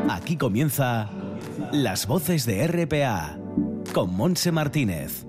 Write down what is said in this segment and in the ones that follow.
Aquí comienza Las Voces de RPA con Montse Martínez.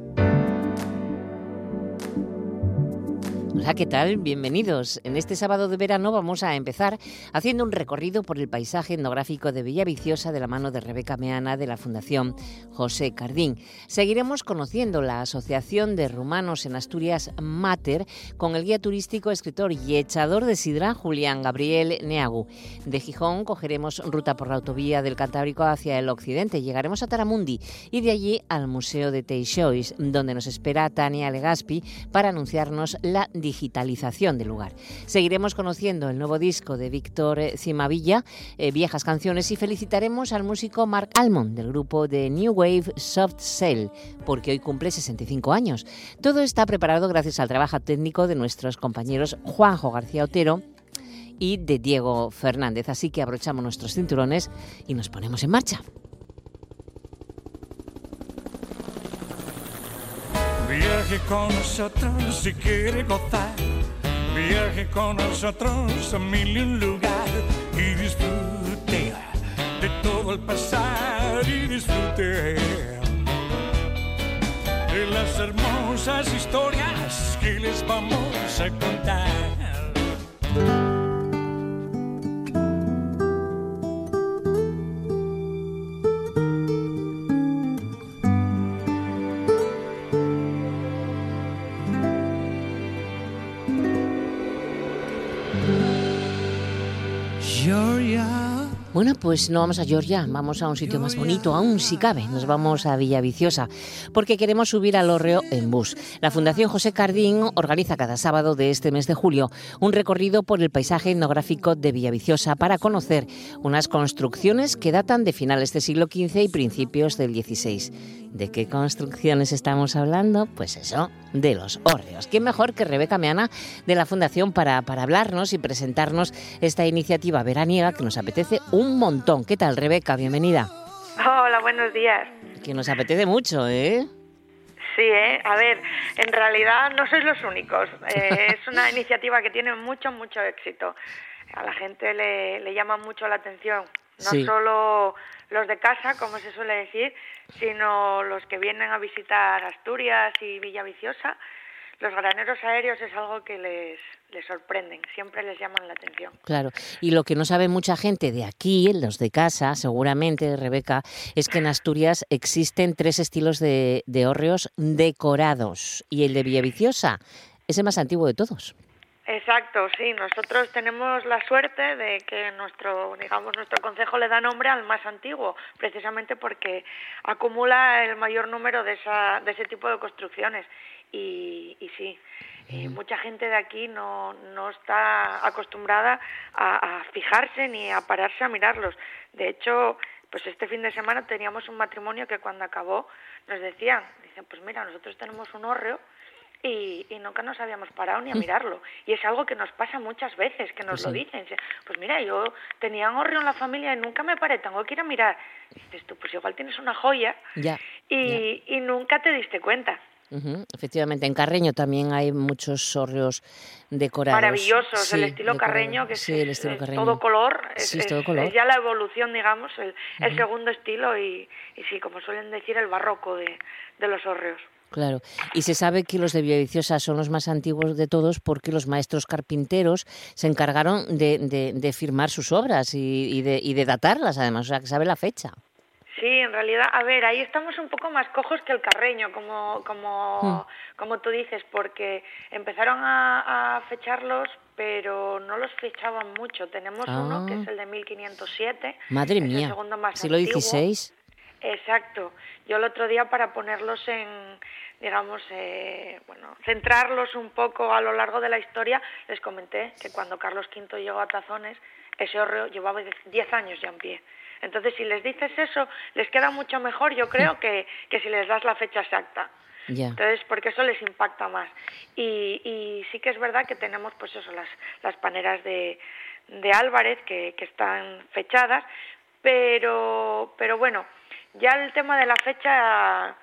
Hola, ¿qué tal? Bienvenidos. En este sábado de verano vamos a empezar haciendo un recorrido por el paisaje etnográfico de Villaviciosa de la mano de Rebeca Meana de la Fundación José Cardín. Seguiremos conociendo la Asociación de Rumanos en Asturias Mater con el guía turístico, escritor y echador de sidra Julián Gabriel Neagu. De Gijón cogeremos ruta por la autovía del Cantábrico hacia el occidente. Llegaremos a Taramundi y de allí al Museo de Teixoix, donde nos espera Tania Legaspi para anunciarnos la digitalización del lugar. Seguiremos conociendo el nuevo disco de Víctor Cimavilla, Viejas Canciones, y felicitaremos al músico Mark Almond del grupo de New Wave Soft Cell, porque hoy cumple 65 años. Todo está preparado gracias al trabajo técnico de nuestros compañeros Juanjo García Otero y de Diego Fernández. Así que abrochamos nuestros cinturones y nos ponemos en marcha. Viaje con nosotros si quiere gozar. Viaje con nosotros a mil y un lugar. Y disfrute de todo el pasar. Y disfrute de las hermosas historias que les vamos a contar. Bueno, pues no vamos a Georgia, vamos a un sitio más bonito, aún si cabe. Nos vamos a Villaviciosa, porque queremos subir al hórreo en bus. La Fundación José Cardín organiza cada sábado de este mes de julio un recorrido por el paisaje etnográfico de Villaviciosa para conocer unas construcciones que datan de finales del siglo XV y principios del XVI. ¿De qué construcciones estamos hablando? Pues eso, de los hórreos. ¿Quién mejor que Rebeca Meana de la Fundación para hablarnos y presentarnos esta iniciativa veraniega que nos apetece un montón? ¿Qué tal, Rebeca? Bienvenida. Hola, buenos días. Que nos apetece mucho, ¿eh? Sí, a ver, en realidad no sois los únicos. Es una iniciativa que tiene mucho éxito. A la gente le llama mucho la atención. No Sí. solo los de casa, como se suele decir, sino los que vienen a visitar Asturias y Villaviciosa. Los graneros aéreos es algo que les sorprenden, siempre les llaman la atención. Claro, y lo que no sabe mucha gente de aquí, los de casa, seguramente, Rebeca, es que en Asturias existen 3 estilos de hórreos decorados, y el de Villaviciosa es el más antiguo de todos. Exacto, sí. Nosotros tenemos la suerte de que nuestro concejo le da nombre al más antiguo, precisamente porque acumula el mayor número de ese tipo de construcciones. Y sí, mucha gente de aquí no está acostumbrada a fijarse ni a pararse a mirarlos. De hecho, pues este fin de semana teníamos un matrimonio que cuando acabó nos dicen, pues mira, nosotros tenemos un hórreo y nunca nos habíamos parado ni a mirarlo. Y es algo que nos pasa muchas veces, que nos lo dicen. Pues mira, yo tenía un hórreo en la familia y nunca me paré, tengo que ir a mirar. Y dices tú, pues igual tienes una joya y nunca te diste cuenta. Efectivamente, en Carreño también hay muchos hórreos decorados. Maravillosos, sí, el estilo carreño, que sí, es todo color, es todo color. Es ya la evolución, digamos, el segundo estilo y sí, como suelen decir, el barroco de los hórreos. Claro, y se sabe que los de Villaviciosa son los más antiguos de todos porque los maestros carpinteros se encargaron de firmar sus obras y de datarlas, además, o sea, que sabe la fecha. Sí, en realidad, a ver, ahí estamos un poco más cojos que el Carreño, como tú dices, porque empezaron a fecharlos, pero no los fechaban mucho. Tenemos uno que es el de 1507. Madre mía, el segundo más siglo antiguo. XVI. Exacto. Yo el otro día, para ponerlos centrarlos un poco a lo largo de la historia, les comenté que cuando Carlos V llegó a Tazones, ese hórreo llevaba 10 años ya en pie. Entonces, si les dices eso, les queda mucho mejor, yo creo, que si les das la fecha exacta. Yeah. Entonces, porque eso les impacta más. Y sí que es verdad que tenemos, pues eso, las paneras de Álvarez que están fechadas, pero bueno, ya el tema de la fecha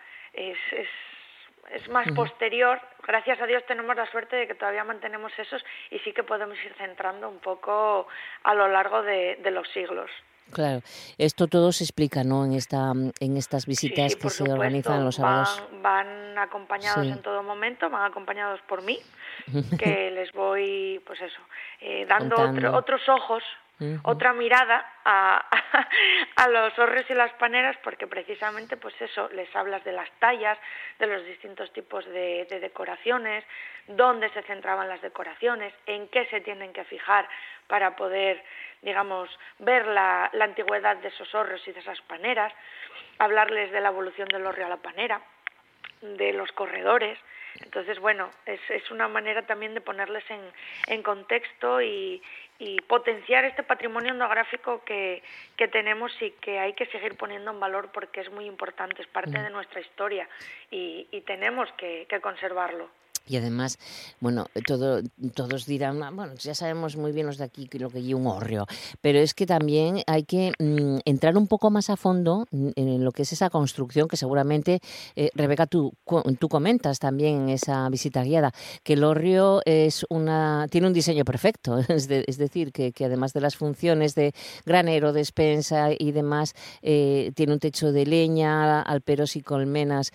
es más posterior. Gracias a Dios tenemos la suerte de que todavía mantenemos esos y sí que podemos ir centrando un poco a lo largo de los siglos. Claro, esto todo se explica, ¿no? En estas visitas Sí, que por se organizan supuesto. los sábados. Van acompañados Sí, en todo momento, van acompañados por mí, que les voy, pues eso, dando contando. otros ojos, Ujú. otra mirada a, a los hórreos y las paneras, porque precisamente, pues eso, les hablas de las tallas, de los distintos tipos de decoraciones, dónde se centraban las decoraciones, en qué se tienen que fijar para poder, digamos, ver la antigüedad de esos hórreos y de esas paneras, hablarles de la evolución del hórreo a la panera, de los corredores. Entonces, bueno, es una manera también de ponerles en contexto y potenciar este patrimonio etnográfico que tenemos y que hay que seguir poniendo en valor porque es muy importante, es parte de nuestra historia y tenemos que conservarlo. Y además, bueno, todos dirán, bueno, ya sabemos muy bien los de aquí lo que lleva un hórreo, pero es que también hay que entrar un poco más a fondo en lo que es esa construcción que seguramente, Rebeca, tú comentas también en esa visita guiada, que el hórreo tiene un diseño perfecto, es decir, que además de las funciones de granero, despensa y demás, tiene un techo de leña, alperos y colmenas,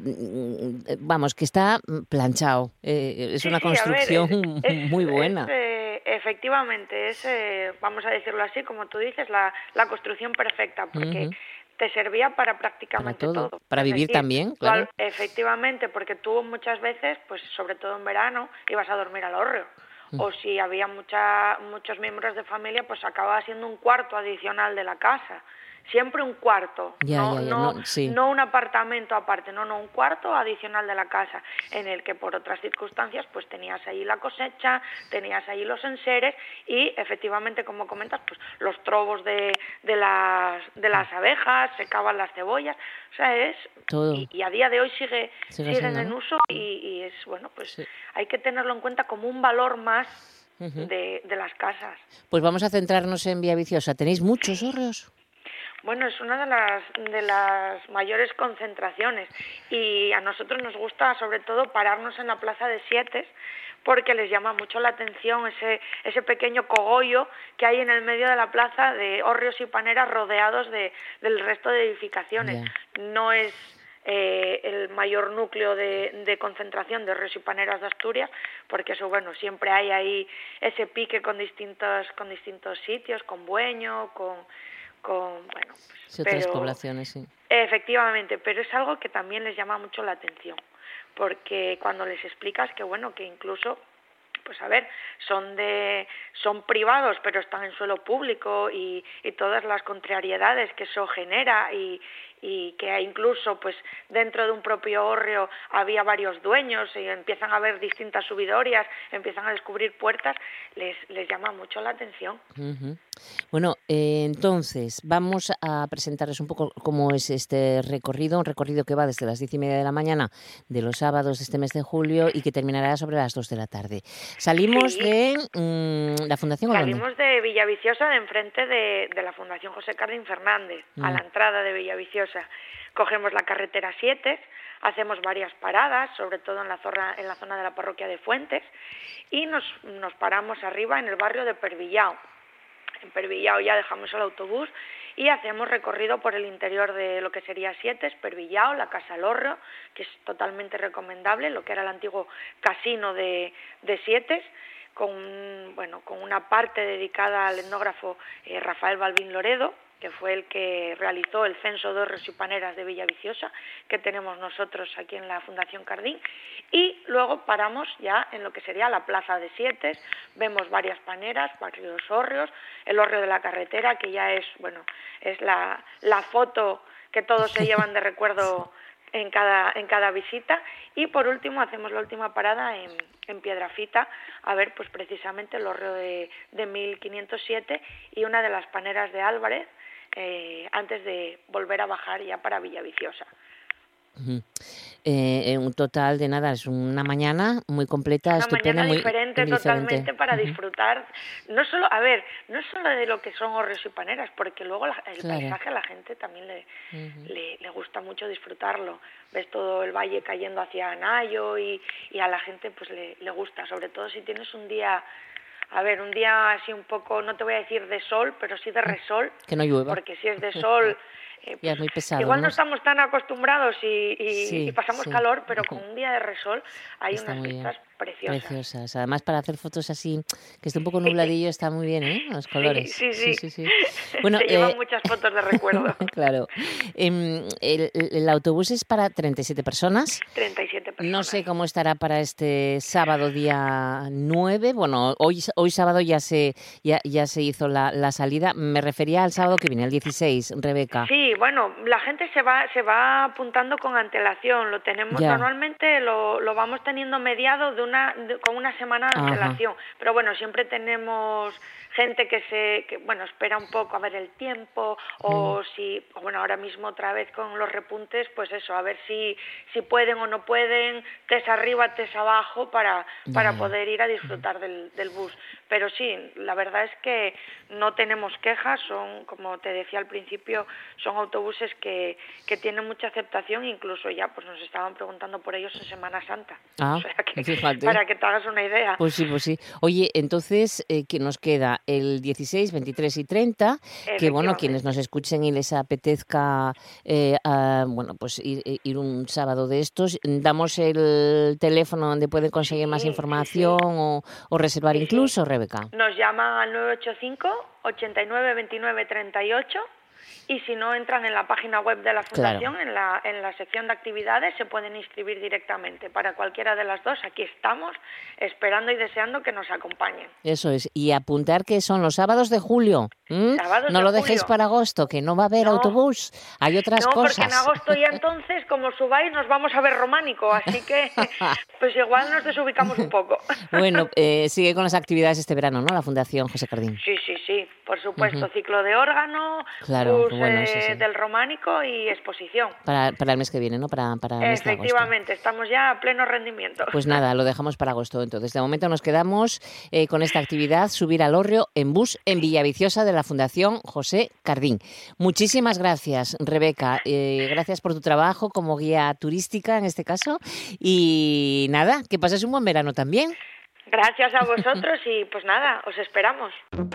vamos, que está planchado. Es una Sí, a ver, construcción muy buena. efectivamente, vamos a decirlo así, como tú dices, la construcción perfecta, porque Ujú. te servía para Para prácticamente todo. todo. Para Es vivir decir, también, claro. efectivamente, porque tú muchas veces, pues sobre todo en verano, ibas a dormir al hórreo. O si había muchos miembros de familia, pues acababa siendo un cuarto adicional de la casa. Siempre un cuarto, Ya, ya, ya. No, sí. no un apartamento aparte, no, un cuarto adicional de la casa, en el que por otras circunstancias pues tenías ahí la cosecha, tenías ahí los enseres y efectivamente, como comentas, pues los trobos de las abejas, secaban las cebollas, o sea, Todo. y a día de hoy Sigue siguen siendo, en ¿no? uso y es, bueno, pues Sí. hay que tenerlo en cuenta como un valor más Ujú. de las casas. Pues vamos a centrarnos en Villaviciosa. ¿Tenéis muchos hórreos? Bueno, es una de las mayores concentraciones y a nosotros nos gusta sobre todo pararnos en la Plaza de Sietes porque les llama mucho la atención ese pequeño cogollo que hay en el medio de la plaza de hórreos y paneras rodeados del resto de edificaciones. Ya. No es el mayor núcleo de concentración de hórreos y paneras de Asturias, porque eso, bueno, siempre hay ahí ese pique con distintos sitios, con Bueño, bueno, pues, Sí, otras pero poblaciones, sí. efectivamente, pero es algo que también les llama mucho la atención, porque cuando les explicas que, bueno, que incluso, pues a ver, son privados, pero están en suelo público y todas las contrariedades que eso genera y que incluso pues dentro de un propio hórreo había varios dueños y empiezan a ver distintas subidorias, empiezan a descubrir puertas, les llama mucho la atención. Ujú. Bueno, entonces vamos a presentarles un poco cómo es este recorrido, un recorrido que va desde las 10:30 de la mañana de los sábados de este mes de julio y que terminará sobre las 2 de la tarde. ¿Salimos Sí, de la Fundación o dónde? salimos de Villaviciosa, de enfrente de la Fundación José Cardín Fernández, a la entrada de Villaviciosa. Cogemos la carretera 7, hacemos varias paradas, sobre todo en la zona de la parroquia de Fuentes, y nos paramos arriba en el barrio de Pervillao. En Pervillao ya dejamos el autobús y hacemos recorrido por el interior de lo que sería Sietes, Pervillao, la Casa Lorro, que es totalmente recomendable, lo que era el antiguo casino de Sietes, con una parte dedicada al etnógrafo Rafael Balbín Loredo, que fue el que realizó el censo de hórreos y paneras de Villaviciosa, que tenemos nosotros aquí en la Fundación Cardín, y luego paramos ya en lo que sería la Plaza de Sietes, vemos varias paneras, varios hórreos, el hórreo de la carretera, que ya es la foto que todos se llevan de recuerdo en cada visita, y por último hacemos la última parada en Piedrafita a ver pues precisamente el hórreo de 1507 y una de las paneras de Álvarez, antes de volver a bajar ya para Villaviciosa. Un total de nada, es una mañana muy completa, Una estupenda, mañana muy diferente totalmente para disfrutar, no solo de lo que son hórreos y paneras, porque luego el paisaje a la gente también le gusta mucho disfrutarlo. Ves todo el valle cayendo hacia Anayo y a la gente pues le gusta, sobre todo si tienes un día a ver, un día así un poco, no te voy a decir de sol, pero sí de resol. Que no llueva. Porque si es de sol... ya es muy pesado, igual no ¿no? estamos tan acostumbrados y pasamos sí. calor, pero con un día de resol hay Está unas muy bien. vistas preciosas. Preciosas. Además, para hacer fotos así, que esté un poco nubladillo, está muy bien, ¿eh? Los colores. Sí. Bueno, se llevan muchas fotos de recuerdo. Claro. El autobús es para 37 personas. 37 personas. No sé cómo estará para este sábado día 9. Bueno, hoy sábado ya se hizo la salida. Me refería al sábado que viene, el 16, Rebeca. Sí, bueno, la gente se va apuntando con antelación. Lo tenemos normalmente lo vamos teniendo mediado con una semana de antelación. Pero bueno, siempre tenemos gente que espera un poco a ver el tiempo o si, bueno, ahora mismo otra vez con los repuntes, pues eso, a ver si pueden o no pueden, tes arriba, tes abajo para poder ir a disfrutar del bus. Pero sí, la verdad es que no tenemos quejas, son, como te decía al principio, son autobuses que tienen mucha aceptación, incluso ya pues nos estaban preguntando por ellos en Semana Santa. O sea que, fíjate. para que te hagas una idea. Pues sí. Oye, entonces, ¿qué nos queda? El 16, 23 y 30, que bueno, quienes nos escuchen y les apetezca pues ir un sábado de estos, damos el teléfono donde pueden conseguir más información o reservar incluso, Rebeca. Nos llaman al 985 89 29 38 y si no entran en la página web de la Fundación, en la sección de actividades, se pueden inscribir directamente. Para cualquiera de las dos, aquí estamos esperando y deseando que nos acompañen. Eso es, y apuntar que son los sábados de julio. No lo dejéis para agosto, que no va a haber autobús, hay otras cosas. No, porque en agosto ya entonces, como subáis, nos vamos a ver Románico, así que pues igual nos desubicamos un poco. Bueno, sigue con las actividades este verano, ¿no? La Fundación José Cardín. Sí, por supuesto, ciclo de órgano, bus del Románico y exposición. Para el mes que viene, ¿no? Para el mes de agosto. Efectivamente, estamos ya a pleno rendimiento. Pues nada, lo dejamos para agosto. Entonces, de momento nos quedamos con esta actividad, subir al Hórreo en bus en Villaviciosa de la Fundación José Cardín. Muchísimas gracias, Rebeca. Gracias por tu trabajo como guía turística en este caso. Y nada, que pases un buen verano también. Gracias a vosotros y pues nada, os esperamos.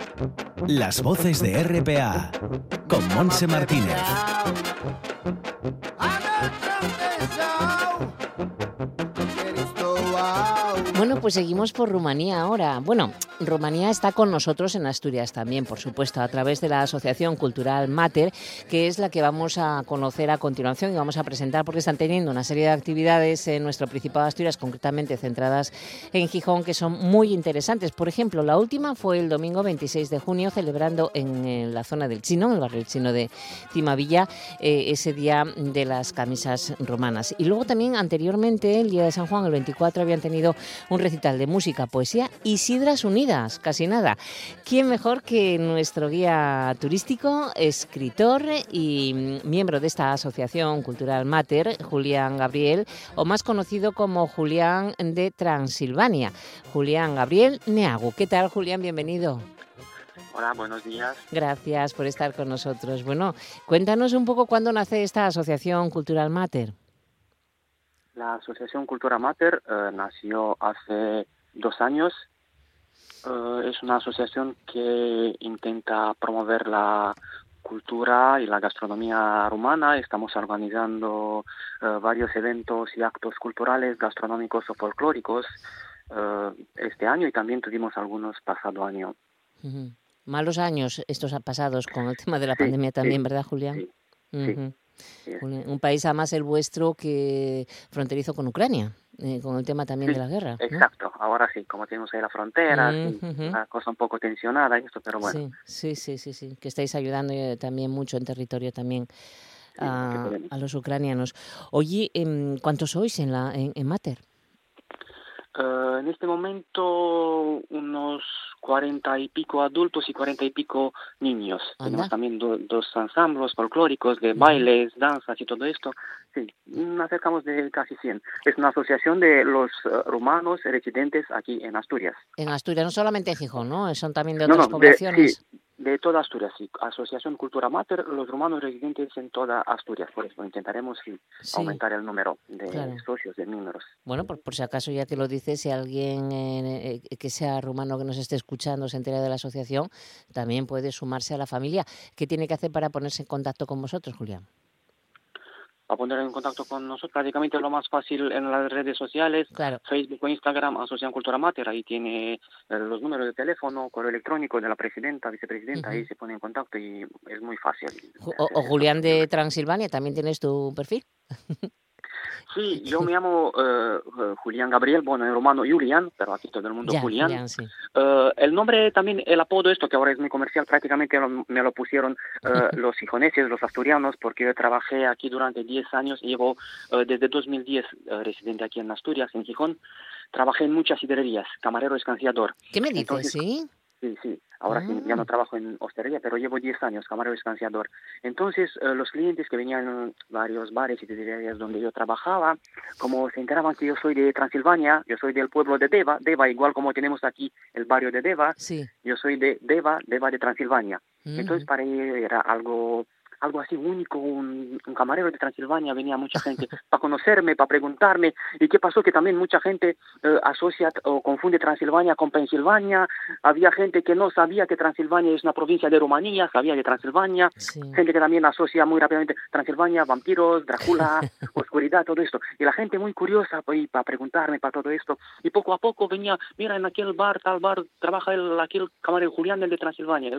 Las voces de RPA con Montse Martínez. Bueno, pues seguimos por Rumanía ahora. Bueno, Rumanía está con nosotros en Asturias también, por supuesto, a través de la Asociación Cultural Mater, que es la que vamos a conocer a continuación y vamos a presentar porque están teniendo una serie de actividades en nuestro Principado de Asturias, concretamente centradas en Gijón, que son muy interesantes. Por ejemplo, la última fue el domingo 26 de junio, celebrando en la zona del Chino, en el barrio del Chino de Cimavilla, ese día de las camisas romanas. Y luego también anteriormente, el día de San Juan, el 24, habían tenido un recital de música, poesía y sidras unidas, casi nada. ¿Quién mejor que nuestro guía turístico, escritor y miembro de esta Asociación Cultural Mater, Julián Gabriel, o más conocido como Julián de Transilvania, Julián Gabriel Neagu? ¿Qué tal, Julián? Bienvenido. Hola, buenos días. Gracias por estar con nosotros. Bueno, cuéntanos un poco cuándo nace esta Asociación Cultural Mater. La Asociación Cultura Mater nació hace 2 años. Es una asociación que intenta promover la cultura y la gastronomía rumana. Estamos organizando varios eventos y actos culturales, gastronómicos o folclóricos este año y también tuvimos algunos pasado año. Uh-huh. Malos años estos pasados con el tema de la pandemia también, ¿verdad, Julián? Sí. Uh-huh. Sí. Un país además el vuestro que fronterizo con Ucrania, con el tema también de la guerra, ¿no? Exacto, ahora sí, como tenemos ahí la frontera, una cosa un poco tensionada y esto, pero bueno. Sí, que estáis ayudando también mucho en territorio también a los ucranianos. Oye, ¿cuántos sois en Mater? En este momento unos 40 y pico adultos y 40 y pico niños. Tenemos también dos ensambles folclóricos de bailes, danzas y todo esto. sí, acercamos de casi 100. Es una asociación de los rumanos residentes aquí en Asturias. En Asturias, no solamente en Gijón, ¿no? Son también de No, otras no, poblaciones. sí, de toda Asturias, sí. Asociación Cultura Mater, los rumanos residentes en toda Asturias. Por eso intentaremos Sí, aumentar el número de claro. socios, de miembros. Bueno, por si acaso, ya que lo dices, si alguien que sea rumano que nos esté escuchando se entera de la asociación, también puede sumarse a la familia. ¿Qué tiene que hacer para ponerse en contacto con vosotros, Julián? A poner en contacto con nosotros, prácticamente lo más fácil en las redes sociales, Claro. Facebook o Instagram, Asociación Cultura Mater, ahí tiene los números de teléfono, correo electrónico de la presidenta, vicepresidenta, ahí se pone en contacto y es muy fácil. O Julián de Transilvania, ¿también tienes tu perfil? Sí, yo me llamo Julián Gabriel, bueno, en romano Julián, pero aquí todo el mundo Ya, Julián. sí. El nombre también, el apodo esto, que ahora es muy comercial, prácticamente me lo pusieron los gijoneses, los asturianos, porque yo trabajé aquí durante 10 años, llevo desde 2010 residente aquí en Asturias, en Gijón. Trabajé en muchas sidrerías, camarero escanciador. ¿Qué me dices, Entonces, sí? Sí. Ahora sí, ya no trabajo en hostelería, pero llevo 10 años, camarero escanciador. Entonces, los clientes que venían en varios bares y sidrerías donde yo trabajaba, como se enteraban que yo soy de Transilvania, yo soy del pueblo de Deva, igual como tenemos aquí el barrio de Deva, Sí. yo soy de Deva de Transilvania. Entonces, para ellos era algo así único, un camarero de Transilvania, venía mucha gente para conocerme, para preguntarme, y qué pasó que también mucha gente asocia o confunde Transilvania con Pensilvania, había gente que no sabía que Transilvania es una provincia de Rumanía, sabía de Transilvania, gente que también asocia muy rápidamente Transilvania, vampiros, Drácula, oscuridad, todo esto, y la gente muy curiosa para preguntarme para todo esto, y poco a poco venía, mira, en aquel bar, tal bar, trabaja aquel camarero Julián, el de Transilvania,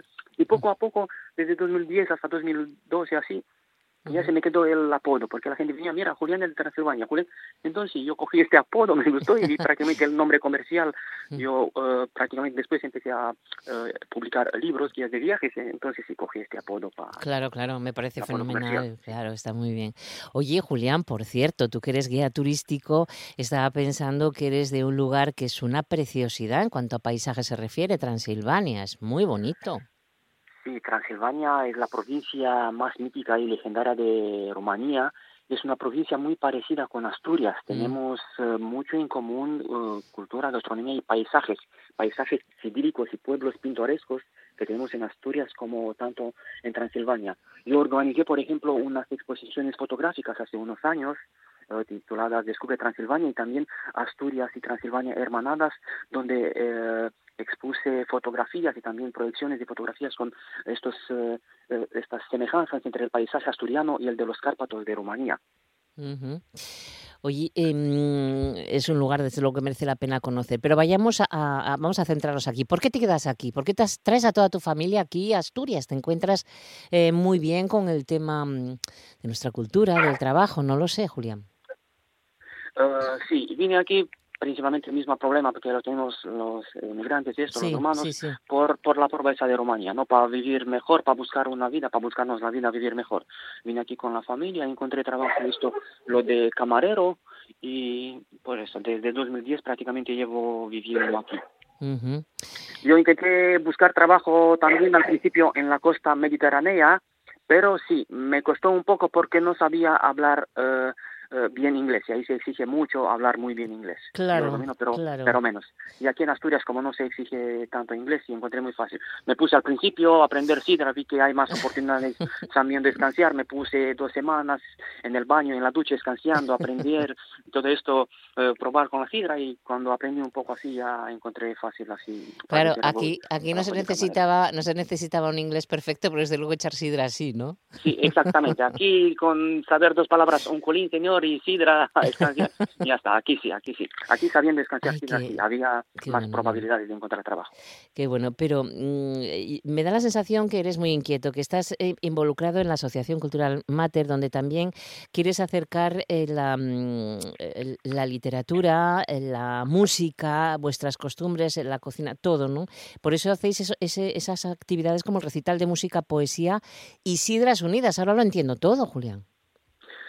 y poco a poco, desde 2010 hasta 2012, así, ya se me quedó el apodo, porque la gente venía, mira, Julián el de Transilvania, Julián. Entonces yo cogí este apodo, me gustó, y prácticamente el nombre comercial. Yo prácticamente después empecé a publicar libros, guías de viajes, entonces sí cogí este apodo para... Claro, me parece fenomenal, comercial. claro, está muy bien. Oye, Julián, por cierto, tú que eres guía turístico, estaba pensando que eres de un lugar que es una preciosidad en cuanto a paisaje se refiere, Transilvania, es muy bonito. Sí, Transilvania es la provincia más mítica y legendaria de Rumanía. Es una provincia muy parecida con Asturias. Tenemos mucho en común, cultura, gastronomía y paisajes idílicos y pueblos pintorescos que tenemos en Asturias como tanto en Transilvania. Yo organicé, por ejemplo, unas exposiciones fotográficas hace unos años tituladas Descubre Transilvania y también Asturias y Transilvania hermanadas, donde expuse fotografías y también proyecciones de fotografías con estas semejanzas entre el paisaje asturiano y el de los Cárpatos de Rumanía. Oye, es un lugar desde luego que merece la pena conocer, pero vamos a centrarnos aquí. ¿Por qué te quedas aquí? ¿Por qué traes a toda tu familia aquí a Asturias? ¿Te encuentras muy bien con el tema de nuestra cultura, del trabajo? No lo sé, Julián. Sí, vine aquí principalmente el mismo problema porque lo tenemos los inmigrantes y los humanos por la pobreza de Rumanía, ¿no? Para vivir mejor, para buscar una vida, para buscarnos la vida, vivir mejor. Vine aquí con la familia, encontré trabajo, lo de camarero y por eso desde 2010 prácticamente llevo viviendo aquí. Yo intenté buscar trabajo también al principio en la costa mediterránea, pero sí, me costó un poco porque no sabía hablar bien inglés, y ahí se exige mucho hablar muy bien inglés. Claro, yo lo domino, pero menos. Y aquí en Asturias, como no se exige tanto inglés, y encontré muy fácil. Me puse al principio a aprender sidra, vi que hay más oportunidades también de escanciar, me puse 2 semanas en el baño, en la ducha, escanciando, aprender todo esto, probar con la sidra, y cuando aprendí un poco así ya encontré fácil así. Claro, aquí no se necesitaba un inglés perfecto, pero desde luego echar sidra así, ¿no? Sí, exactamente. Aquí con saber 2 palabras, un colín, señor, y sidra, escanciar, ya está, aquí sí. Aquí sabiendo escanciar sidra, sí, había más probabilidades de encontrar trabajo. Qué bueno, pero me da la sensación que eres muy inquieto, que estás involucrado en la Asociación Cultural Mater, donde también quieres acercar la literatura, la música, vuestras costumbres, la cocina, todo, ¿no? Por eso hacéis esas actividades como el recital de música, poesía y sidras unidas. Ahora lo entiendo todo, Julián.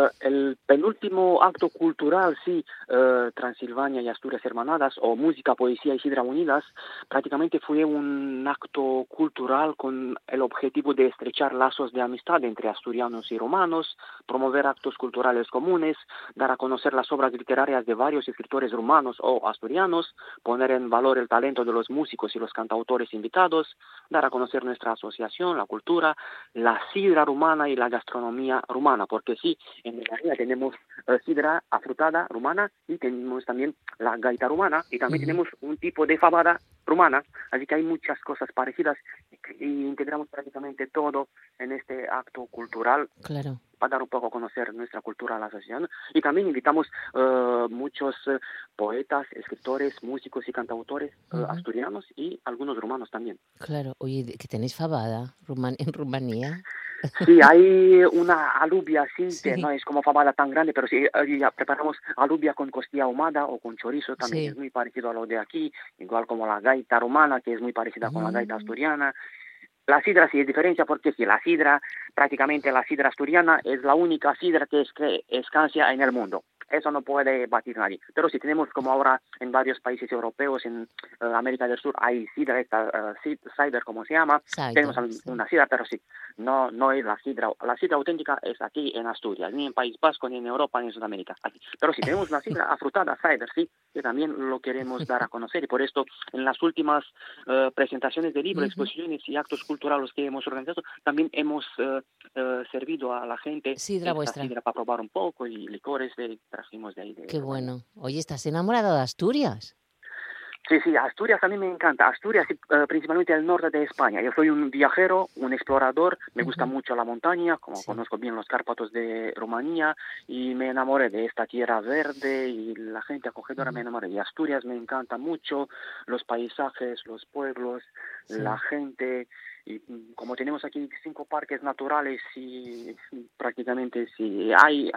El penúltimo acto cultural, sí, Transilvania y Asturias hermanadas, o música, poesía y sidra unidas, prácticamente fue un acto cultural con el objetivo de estrechar lazos de amistad entre asturianos y rumanos, promover actos culturales comunes, dar a conocer las obras literarias de varios escritores rumanos o asturianos, poner en valor el talento de los músicos y los cantautores invitados, dar a conocer nuestra asociación, la cultura, la sidra rumana y la gastronomía rumana, porque sí, en Rumanía tenemos sidra afrutada rumana y tenemos también la gaita rumana y también tenemos un tipo de fabada rumana, así que hay muchas cosas parecidas y integramos prácticamente todo en este acto cultural. Claro. Para dar un poco a conocer nuestra cultura a la asociación. Y también invitamos muchos poetas, escritores, músicos y cantautores asturianos y algunos rumanos también. Claro. Oye, ¿que tenéis fabada en Rumanía? Sí, hay una alubia así, Sí. que no es como fabada tan grande, pero sí ya preparamos alubia con costilla ahumada o con chorizo, también Sí. es muy parecido a lo de aquí, igual como la gaita rumana, que es muy parecida con la gaita asturiana. La sidra sí es diferencia porque sí, la sidra, prácticamente la sidra asturiana es la única sidra que es escancia en el mundo. Eso no puede batir nadie. Pero sí tenemos, como ahora en varios países europeos, en América del Sur, hay sidra, cider, como se llama. Cider, Tenemos sí. una sidra, pero sí, no es la sidra. La sidra auténtica es aquí en Asturias, ni en País Vasco, ni en Europa, ni en Sudamérica. Aquí. Pero sí tenemos una sidra afrutada, cider, sí, que también lo queremos dar a conocer. Y por esto, en las últimas presentaciones de libros, exposiciones y actos culturales que hemos organizado, también hemos servido a la gente Sidra vuestra. sidra para probar un poco y licores trajimos de ahí. Qué bueno. Oye, ¿estás enamorado de Asturias? Sí, Asturias a mí me encanta. Asturias, principalmente el norte de España. Yo soy un viajero, un explorador, me gusta mucho la montaña, como conozco bien los Cárpatos de Rumanía, y me enamoré de esta tierra verde y la gente acogedora, me enamoré. Y Asturias me encanta mucho, los paisajes, los pueblos, la gente. Y como tenemos aquí 5 parques naturales y prácticamente sí, hay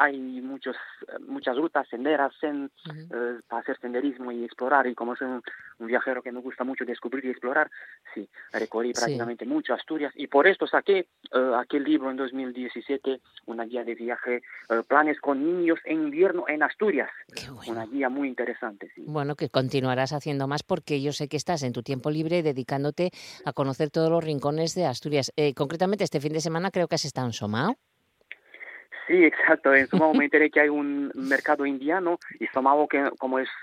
muchas rutas, senderas para hacer senderismo y explorar. Y como soy un viajero que me gusta mucho descubrir y explorar, sí, recorrí prácticamente mucho Asturias. Y por esto saqué aquel libro en 2017, una guía de viaje, planes con niños en invierno en Asturias. Qué bueno. Una guía muy interesante, sí. Bueno, que continuarás haciendo más porque yo sé que estás en tu tiempo libre dedicándote a conocer todos los rincones de Asturias. Concretamente, este fin de semana creo que has estado en Somao. Sí, exacto. En Somao me enteré que hay un mercado indiano y Somao, que como es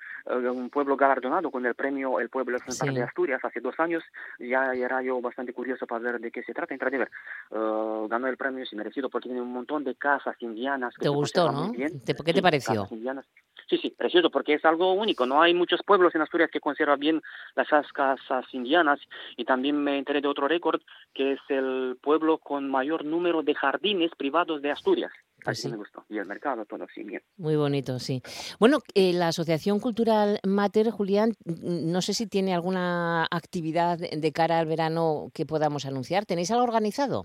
un pueblo galardonado con el premio El Pueblo Ejemplar de Asturias hace 2 años, ya era yo bastante curioso para ver de qué se trata. Entré a ver. Ganó el premio, sí, merecido, porque tiene un montón de casas indianas. Que ¿Te gustó, no? ¿Qué te pareció? Casas indianas. Sí, precioso, porque es algo único. No hay muchos pueblos en Asturias que conservan bien las casas indianas. Y también me enteré de otro récord, que es el pueblo con mayor número de jardines privados de Asturias. Pues Así sí. me gustó. Y el mercado, todo así, bien. Muy bonito, sí. Bueno, la Asociación Cultural Mater, Julián, no sé si tiene alguna actividad de cara al verano que podamos anunciar. ¿Tenéis algo organizado?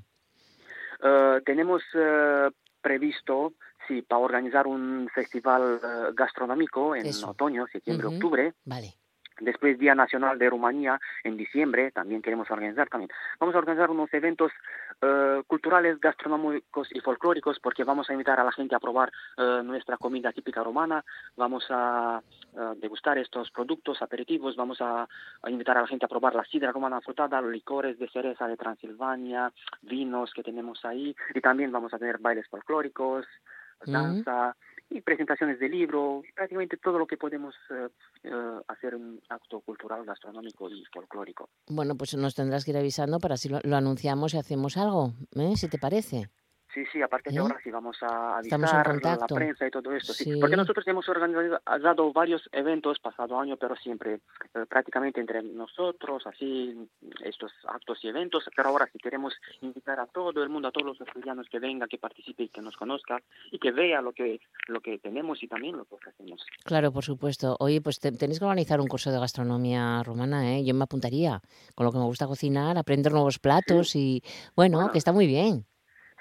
Tenemos previsto, sí, para organizar un festival gastronómico en otoño, septiembre, octubre. Vale. Después Día Nacional de Rumanía en diciembre, también queremos organizar también. Vamos a organizar unos eventos culturales, gastronómicos y folclóricos, porque vamos a invitar a la gente a probar nuestra comida típica rumana, vamos a degustar estos productos, aperitivos, vamos a invitar a la gente a probar la sidra rumana afrutada, los licores de cereza de Transilvania, vinos que tenemos ahí, y también vamos a tener bailes folclóricos, danza y presentaciones de libro, prácticamente todo lo que podemos hacer un acto cultural, gastronómico y folclórico. Bueno, pues nos tendrás que ir avisando para si lo anunciamos y hacemos algo, si te parece. Sí, a partir de ahora sí vamos a Estamos en avisar a la contacto. prensa y todo esto. Sí. Sí. Porque nosotros hemos organizado varios eventos pasado año, pero siempre prácticamente entre nosotros, así, estos actos y eventos. Pero ahora sí queremos invitar a todo el mundo, a todos los asturianos que venga, que participe y que nos conozca y que vea lo que tenemos y también lo que ofrecemos. Claro, por supuesto. Oye, pues tenéis que organizar un curso de gastronomía rumana, ¿eh? Yo me apuntaría. Con lo que me gusta cocinar, aprender nuevos platos y, bueno, que está muy bien.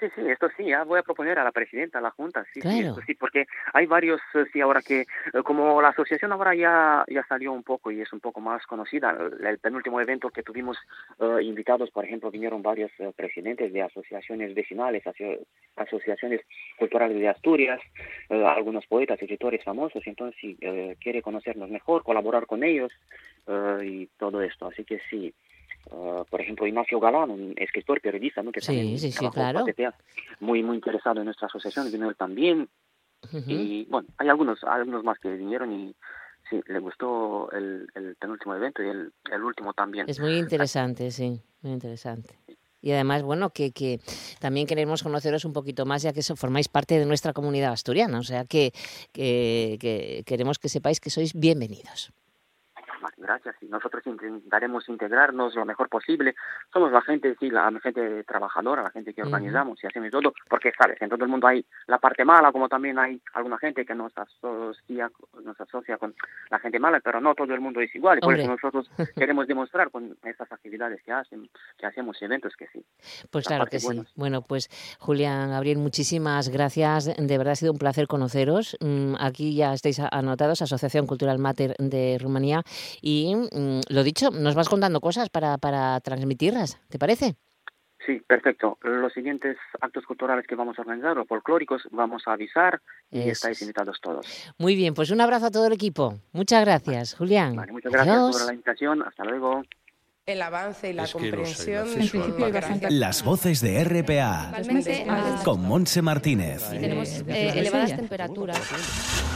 Sí, esto sí, ya voy a proponer a la presidenta, a la Junta, sí, Claro. esto sí, porque hay varios, sí, ahora que, como la asociación ahora ya salió un poco y es un poco más conocida, el penúltimo evento que tuvimos invitados, por ejemplo, vinieron varios presidentes de asociaciones vecinales, asociaciones culturales de Asturias, algunos poetas, escritores famosos, entonces sí, quiere conocernos mejor, colaborar con ellos y todo esto, así que sí. Por ejemplo, Ignacio Galán, un escritor, periodista, ¿no? Que también Sí, trabajó claro. para TPA, muy interesado en nuestra asociación, vino él también. Ujú. Y bueno, hay algunos más que vinieron y sí, le gustó el penúltimo evento y el último también. Es muy interesante, sí, muy interesante. Y además, bueno, que también queremos conoceros un poquito más, ya que formáis parte de nuestra comunidad asturiana. O sea, que queremos que sepáis que sois bienvenidos. Gracias, y nosotros intentaremos integrarnos lo mejor posible. Somos la gente, sí, la gente trabajadora, la gente que organizamos y hacemos todo, porque sabes, en todo el mundo hay la parte mala, como también hay alguna gente que nos asocia con la gente mala, pero no todo el mundo es igual, y por eso nosotros queremos demostrar con estas actividades que hacemos eventos que sí. Pues claro que sí. Bueno, pues Julián, Gabriel, muchísimas gracias. De verdad ha sido un placer conoceros. Aquí ya estáis anotados, Asociación Cultural Mater de Rumanía. Y lo dicho, nos vas contando cosas para transmitirlas, ¿te parece? Sí, perfecto. Los siguientes actos culturales que vamos a organizar, los folclóricos, vamos a avisar y estáis invitados todos. Muy bien, pues un abrazo a todo el equipo. Muchas gracias, Julián. Vale, muchas gracias por la invitación. Hasta luego. El avance y la comprensión. Las voces de RPA con Montse Martínez. Tenemos elevadas temperaturas.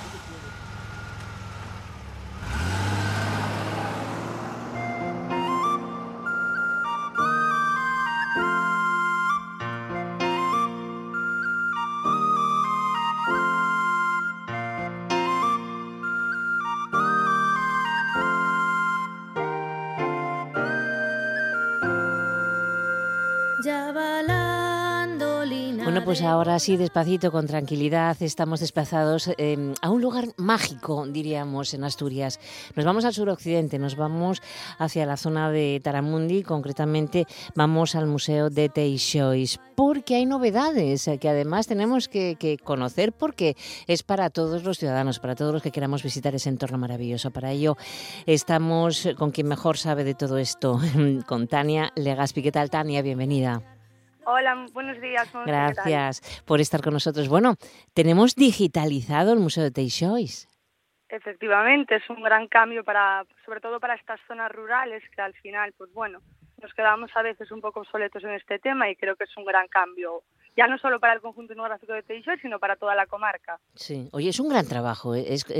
Bueno, pues ahora sí, despacito, con tranquilidad, estamos desplazados a un lugar mágico, diríamos, en Asturias. Nos vamos al suroccidente, nos vamos hacia la zona de Taramundi, concretamente vamos al Museo de Teixoix, porque hay novedades que además tenemos que conocer, porque es para todos los ciudadanos, para todos los que queramos visitar ese entorno maravilloso. Para ello estamos con quien mejor sabe de todo esto, con Tania Legaspi. ¿Qué tal, Tania? Bienvenida. Hola, buenos días. Gracias por estar con nosotros. Bueno, tenemos digitalizado el Museo de Teixoix. Efectivamente, es un gran cambio sobre todo para estas zonas rurales que al final, pues bueno, nos quedamos a veces un poco obsoletos en este tema y creo que es un gran cambio, ya no solo para el conjunto etnográfico de Teixoix, sino para toda la comarca. Sí, oye, es un gran trabajo,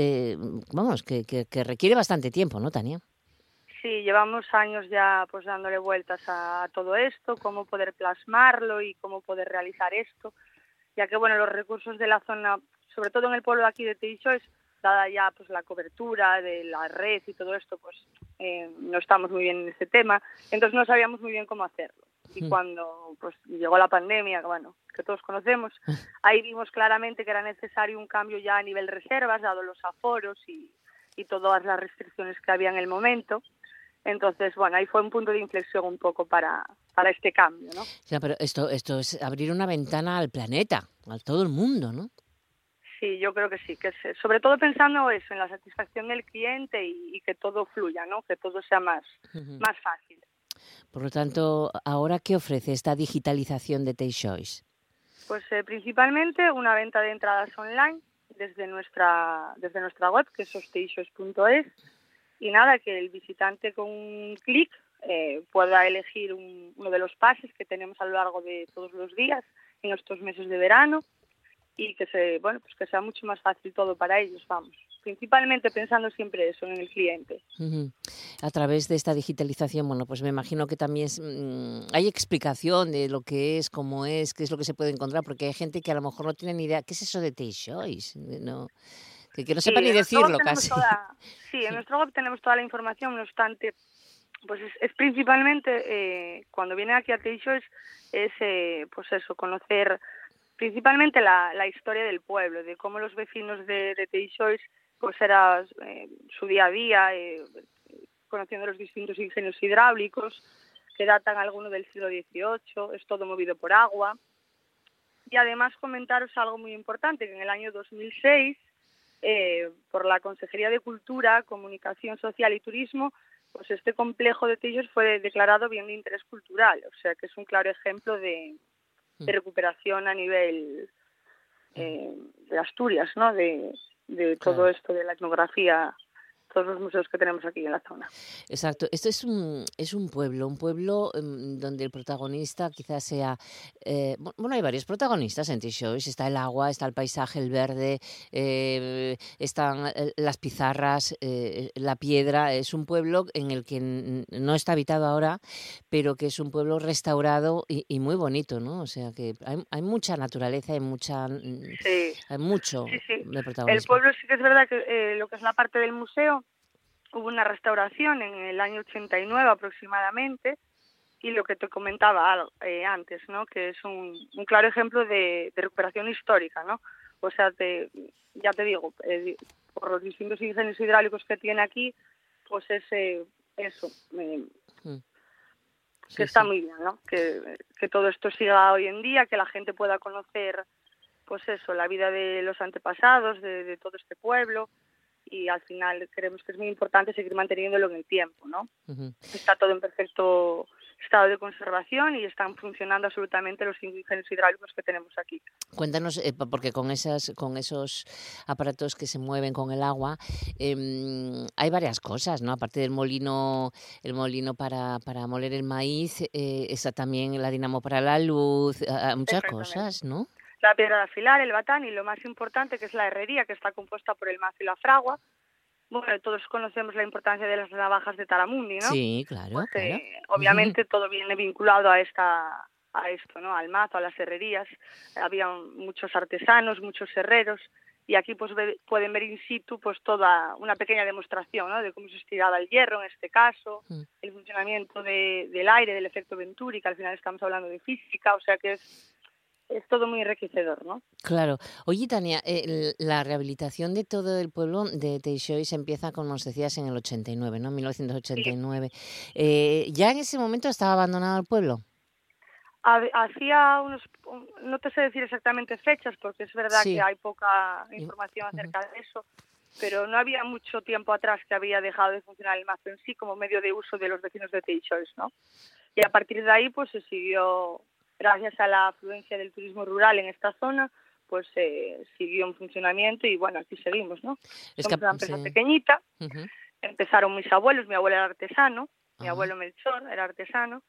vamos, que requiere bastante tiempo, ¿no, Tania? Sí, llevamos años ya pues dándole vueltas a todo esto, cómo poder plasmarlo y cómo poder realizar esto, ya que bueno, los recursos de la zona, sobre todo en el pueblo de aquí de Teixoix, dada ya pues la cobertura de la red y todo esto, pues no estamos muy bien en ese tema, entonces no sabíamos muy bien cómo hacerlo. Y cuando pues llegó la pandemia, que todos conocemos, ahí vimos claramente que era necesario un cambio ya a nivel reservas, dado los aforos y todas las restricciones que había en el momento. Entonces, bueno, ahí fue un punto de inflexión un poco para este cambio, ¿no? Ya, pero esto es abrir una ventana al planeta, a todo el mundo, ¿no? Sí, yo creo que sí, que es, sobre todo pensando eso, en la satisfacción del cliente y que todo fluya, ¿no? Que todo sea más fácil. Por lo tanto, ¿ahora qué ofrece esta digitalización de Teixoix? Pues principalmente una venta de entradas online desde nuestra web, que es hosteixoix.es, y nada, que el visitante con un clic pueda elegir uno de los pases que tenemos a lo largo de todos los días en estos meses de verano y que sea mucho más fácil todo para ellos, vamos. Principalmente pensando siempre eso, en el cliente. A través de esta digitalización, bueno, pues me imagino que también hay explicación de lo que es, cómo es, qué es lo que se puede encontrar, porque hay gente que a lo mejor no tiene ni idea. ¿Qué es eso de Teixoix? No, que no sepa ni decirlo casi. En nuestro web tenemos toda la información, no obstante, pues es principalmente, cuando vienen aquí a Teixoix, es pues eso, conocer principalmente la historia del pueblo, de cómo los vecinos de Teixoix pues era su día a día, conociendo los distintos ingenios hidráulicos, que datan algunos del siglo XVIII, es todo movido por agua, Y además comentaros algo muy importante, que en el año 2006, por la Consejería de Cultura, Comunicación Social y Turismo, pues este complejo de Teixoix fue declarado bien de interés cultural, o sea que es un claro ejemplo de recuperación a nivel de Asturias, ¿no? De todo esto de la etnografía, todos los museos que tenemos aquí en la zona. Exacto. Esto es un pueblo donde el protagonista quizás sea... bueno, hay varios protagonistas en Teixoix. Está el agua, está el paisaje, el verde, están las pizarras, la piedra. Es un pueblo en el que no está habitado ahora, pero que es un pueblo restaurado y muy bonito, ¿no? O sea que hay mucha naturaleza, hay mucho de protagonismo. El pueblo sí que es verdad que lo que es la parte del museo, hubo una restauración en el año 89 aproximadamente, y lo que te comentaba antes, ¿no? Que es un claro ejemplo de recuperación histórica, ¿no? O sea, ya te digo, por los distintos ingenios hidráulicos que tiene aquí, pues es eso, que está muy bien, ¿no? Que todo esto siga hoy en día, que la gente pueda conocer, pues eso, la vida de los antepasados, de todo este pueblo, y al final creemos que es muy importante seguir manteniéndolo en el tiempo, ¿no? Está todo en perfecto estado de conservación y están funcionando absolutamente los ingenios hidráulicos que tenemos aquí. Cuéntanos, porque con esos aparatos que se mueven con el agua, hay varias cosas, ¿no? Aparte del molino, el molino para moler el maíz, está también la dinamo para la luz, muchas cosas, ¿no? La piedra de afilar, el batán y lo más importante que es la herrería, que está compuesta por el mazo y la fragua. Bueno, todos conocemos la importancia de las navajas de Taramundi, ¿no? Sí, claro, pues, claro. Obviamente todo viene vinculado a esto, ¿no? Al mazo, a las herrerías. Había muchos artesanos, muchos herreros, y aquí pues pueden ver in situ pues toda una pequeña demostración, ¿no? De cómo se estiraba el hierro en este caso, el funcionamiento del aire, del efecto Venturi, que al final estamos hablando de física, o sea que es todo muy enriquecedor, ¿no? Claro. Oye, Tania, la rehabilitación de todo el pueblo de Teixoix empieza, como nos decías, en el 89, ¿no? 1989. Sí. ¿Ya en ese momento estaba abandonado el pueblo? Hacía no te sé decir exactamente fechas, porque es verdad que hay poca información acerca de eso, pero no había mucho tiempo atrás que había dejado de funcionar el mazo en sí como medio de uso de los vecinos de Teixoix, ¿no? Y a partir de ahí pues se siguió... Gracias a la afluencia del turismo rural en esta zona, pues siguió en funcionamiento y bueno, aquí seguimos, ¿no? Somos una empresa pequeñita. Empezaron mis abuelos, mi abuelo era artesano, mi abuelo Melchor era artesano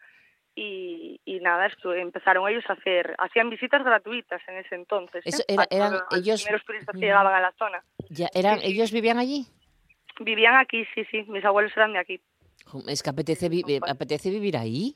y nada, empezaron ellos hacían visitas gratuitas en ese entonces. Eran ellos, los primeros turistas que llegaban a la zona. ¿Ellos vivían allí? Vivían aquí, sí, mis abuelos eran de aquí. Es que apetece vivir ahí.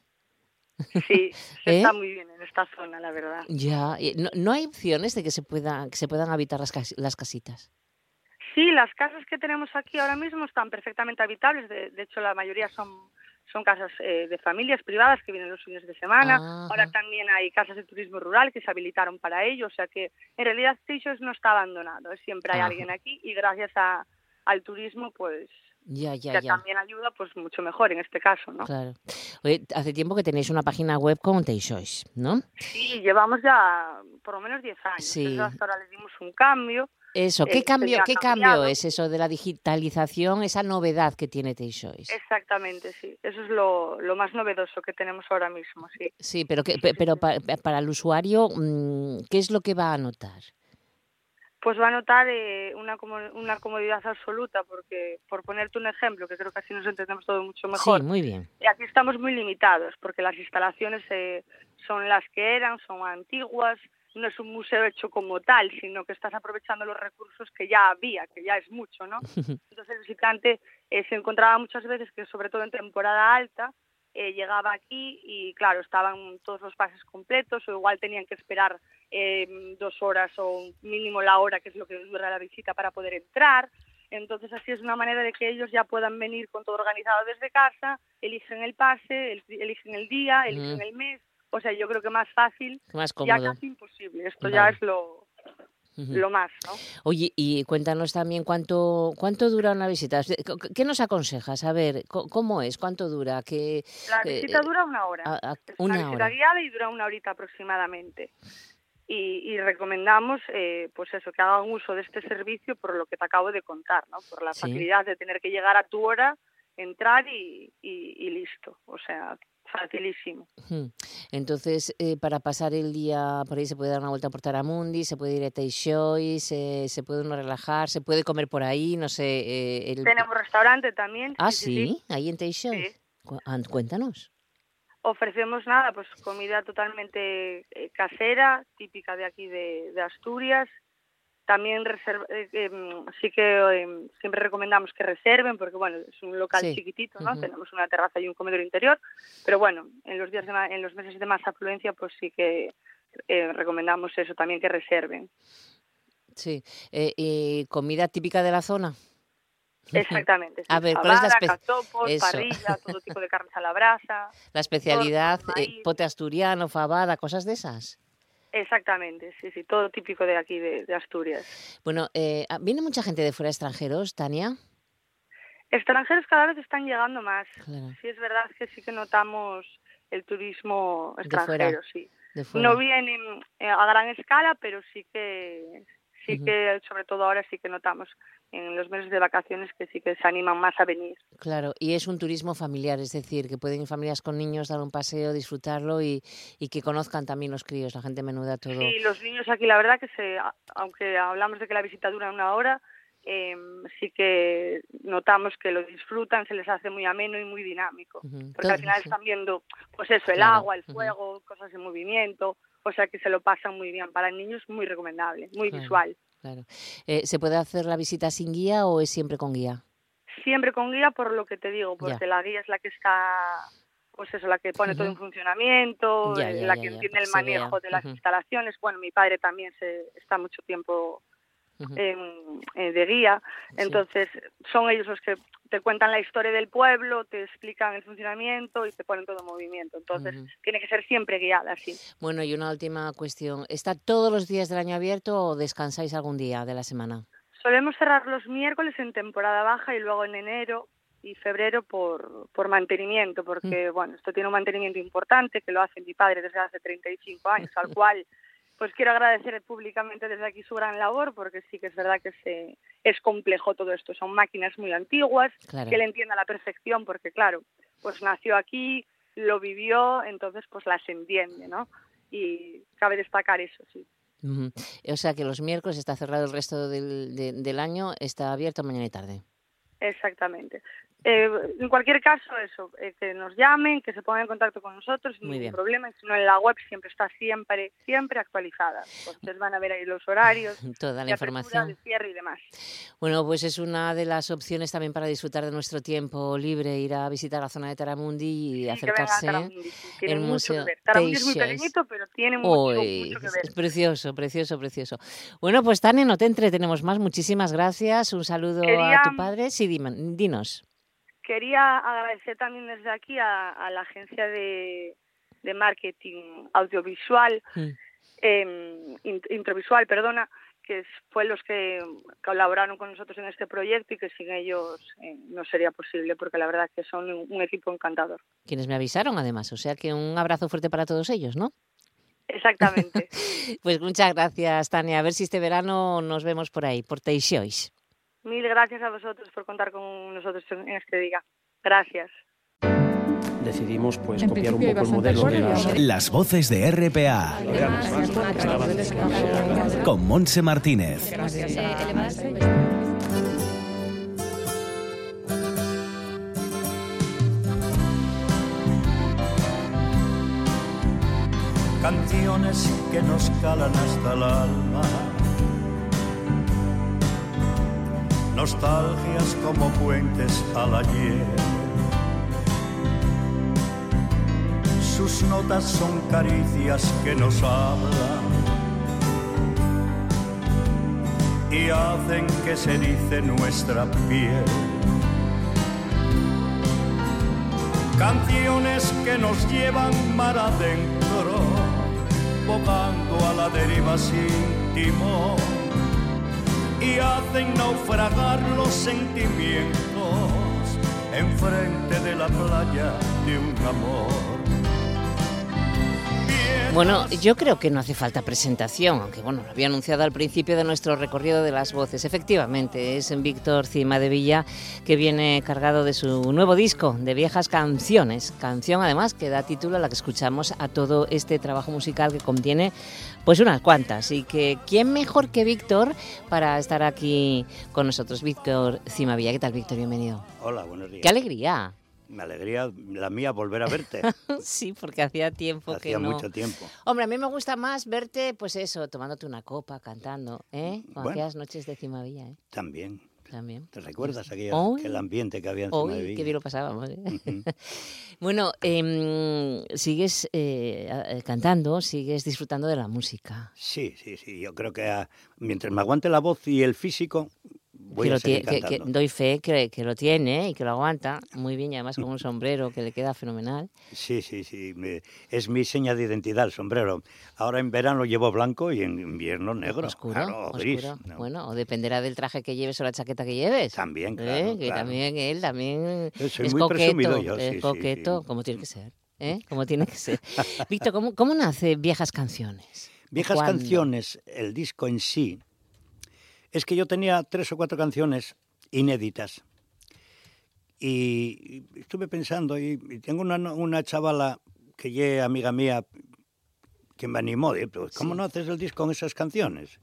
Sí, está muy bien en esta zona, la verdad. Ya, ¿no hay opciones de que se puedan habitar las casitas? Sí, las casas que tenemos aquí ahora mismo están perfectamente habitables. De hecho, la mayoría son casas de familias privadas que vienen los fines de semana. Ahora también hay casas de turismo rural que se habilitaron para ello. O sea que en realidad Teixoix no está abandonado. Siempre hay alguien aquí y gracias al turismo, pues... Ya. También ayuda, pues mucho mejor en este caso, ¿no? Claro. Oye, hace tiempo que tenéis una página web con Teixoix, ¿no? Sí, llevamos ya por lo menos 10 años. Sí. Entonces hasta ahora le dimos un cambio. Eso, ¿qué cambio es eso de la digitalización, esa novedad que tiene Teixoix? Exactamente, sí. Eso es lo más novedoso que tenemos ahora mismo, sí. Sí, pero para el usuario, ¿qué es lo que va a notar? Pues va a notar una comodidad absoluta, porque, por ponerte un ejemplo, que creo que así nos entendemos todo mucho mejor. Sí, muy bien. Aquí estamos muy limitados, porque las instalaciones son las que eran, son antiguas, no es un museo hecho como tal, sino que estás aprovechando los recursos que ya había, que ya es mucho, ¿no? Entonces el visitante se encontraba muchas veces que, sobre todo en temporada alta, llegaba aquí y claro, estaban todos los pases completos, o igual tenían que esperar 2 horas o mínimo la hora que es lo que dura la visita para poder entrar. Entonces así es una manera de que ellos ya puedan venir con todo organizado desde casa, eligen el pase, eligen el día, eligen el mes. O sea, yo creo que más fácil, más cómodo. Ya casi imposible. Esto ya es lo más, ¿no? Oye, y cuéntanos también cuánto dura una visita. ¿Qué nos aconsejas? A ver, ¿cómo es? ¿Cuánto dura? La visita dura 1 hora. Una visita hora guiada y dura 1 horita aproximadamente. y recomendamos pues eso, que hagan uso de este servicio por lo que te acabo de contar, ¿no? Por la facilidad de tener que llegar a tu hora, entrar y listo, o sea, facilísimo. Entonces, para pasar el día por ahí se puede dar una vuelta por Taramundi, se puede ir a Teixoi, se puede uno relajar, se puede comer por ahí, no sé... Tenemos restaurante también. Sí, ahí en Teixoi. Sí. Cuéntanos. Ofrecemos pues comida totalmente casera, típica de aquí de Asturias. También sí que siempre recomendamos que reserven, porque bueno, es un local chiquitito, ¿no? Tenemos una terraza y un comedor interior, pero bueno, en los meses de más afluencia, pues sí que recomendamos eso también, que reserven. Sí, ¿y comida típica de la zona? Exactamente. Sí. A ver, ¿cuál es la catopos, parrilla, todo tipo de carnes a la brasa. La especialidad, pote asturiano, fabada, cosas de esas. Exactamente, sí, todo típico de aquí, de Asturias. Bueno, ¿viene mucha gente de fuera, extranjeros, Tania? Extranjeros cada vez están llegando más. Claro. Sí, es verdad que sí que notamos el turismo extranjero, de fuera, sí. De fuera. No vienen a gran escala, pero sí que sobre todo ahora sí que notamos en los meses de vacaciones que sí que se animan más a venir. Claro, y es un turismo familiar, es decir, que pueden ir familias con niños, dar un paseo, disfrutarlo y que conozcan también los críos, la gente menuda, todo. Sí, los niños aquí la verdad que aunque hablamos de que la visita dura 1 hora, sí que notamos que lo disfrutan, se les hace muy ameno y muy dinámico, porque al final están viendo pues eso, el agua, el fuego, cosas en movimiento. O sea que se lo pasan muy bien. Para niños muy recomendable, muy visual. Claro. ¿Se puede hacer la visita sin guía o es siempre con guía? Siempre con guía, por lo que te digo, porque la guía es la que está, pues eso, la que pone todo en funcionamiento, la que entiende el manejo de las instalaciones. Bueno, mi padre también está mucho tiempo de guía, entonces son ellos los que te cuentan la historia del pueblo, te explican el funcionamiento y te ponen todo en movimiento, entonces tiene que ser siempre guiada, sí. Bueno, y una última cuestión, ¿está todos los días del año abierto o descansáis algún día de la semana? Solemos cerrar los miércoles en temporada baja y luego en enero y febrero por mantenimiento, porque bueno, esto tiene un mantenimiento importante que lo hace mi padre desde hace 35 años, al cual pues quiero agradecer públicamente desde aquí su gran labor, porque sí que es verdad que es complejo todo esto. Son máquinas muy antiguas, que él entiende a la perfección, porque claro, pues nació aquí, lo vivió, entonces pues las entiende, ¿no? Y cabe destacar eso, sí. O sea que los miércoles está cerrado, el resto del año está abierto mañana y tarde. Exactamente. En cualquier caso, eso, que nos llamen, que se pongan en contacto con nosotros sin ningún problema, y si no, en la web siempre está siempre actualizada. Entonces van a ver ahí los horarios, toda la información, de cierre y demás. Bueno, pues es una de las opciones también para disfrutar de nuestro tiempo libre, ir a visitar la zona de Taramundi y acercarse al museo. Taramundi es muy pequeñito, pero tiene mucho que ver. Es precioso, precioso, precioso. Bueno, pues Tania, no te entretenemos más. Muchísimas gracias. Un saludo a tu padre. Sí, dinos. Quería agradecer también desde aquí a la agencia de marketing audiovisual, introvisual, que fue los que colaboraron con nosotros en este proyecto y que sin ellos no sería posible, porque la verdad es que son un equipo encantador. Quienes me avisaron, además, o sea que un abrazo fuerte para todos ellos, ¿no? Exactamente. Pues muchas gracias, Tania. A ver si este verano nos vemos por ahí, por Teixois. Mil gracias a vosotros por contar con nosotros en este día. Gracias. Decidimos pues copiar un poco el modelo de Las voces de RPA. Con Montse Martínez. Canciones que nos calan hasta el alma. Nostalgias como puentes al ayer. Sus notas son caricias que nos hablan y hacen que se erice nuestra piel. Canciones que nos llevan mar adentro, bogando a la deriva sin timón, y hacen naufragar los sentimientos enfrente de la playa de un amor. Bueno, yo creo que no hace falta presentación, aunque bueno, lo había anunciado al principio de nuestro recorrido de las voces. Efectivamente, es Víctor Cimadevilla, que viene cargado de su nuevo disco, de viejas canciones. Canción, además, que da título a la que escuchamos a todo este trabajo musical que contiene pues unas cuantas. Y que, ¿quién mejor que Víctor para estar aquí con nosotros? Víctor Cimadevilla. ¿Qué tal, Víctor? Bienvenido. Hola, buenos días. ¡Qué alegría! Me alegría la mía volver a verte. Sí, porque hacía tiempo que no. Hacía mucho tiempo. Hombre, a mí me gusta más verte, pues eso, tomándote una copa, cantando, ¿eh? Con aquellas noches de Cimadevilla, ¿eh? También. ¿Te recuerdas aquel ambiente que había en Cimadevilla? Qué bien lo pasábamos, ¿eh? Bueno, sigues cantando, sigues disfrutando de la música. Sí. Yo creo que mientras me aguante la voz y el físico, voy a seguir cantando. Que doy fe que lo tiene y que lo aguanta muy bien, y además con un sombrero que le queda fenomenal. Sí. Es mi seña de identidad el sombrero. Ahora en verano llevo blanco y en invierno negro. Oscuro. Gris. No. Bueno, o dependerá del traje que lleves o la chaqueta que lleves. También, claro. Que también él soy es muy coqueto. Presumido yo, es coqueto, sí. como tiene que ser. Como tiene que ser. Víctor, ¿cómo nace Viejas Canciones? Viejas Canciones, el disco en sí, es que yo tenía 3 o 4 canciones inéditas y estuve pensando, y tengo una chavala que es amiga mía que me animó, pues, ¿cómo no haces el disco con esas canciones?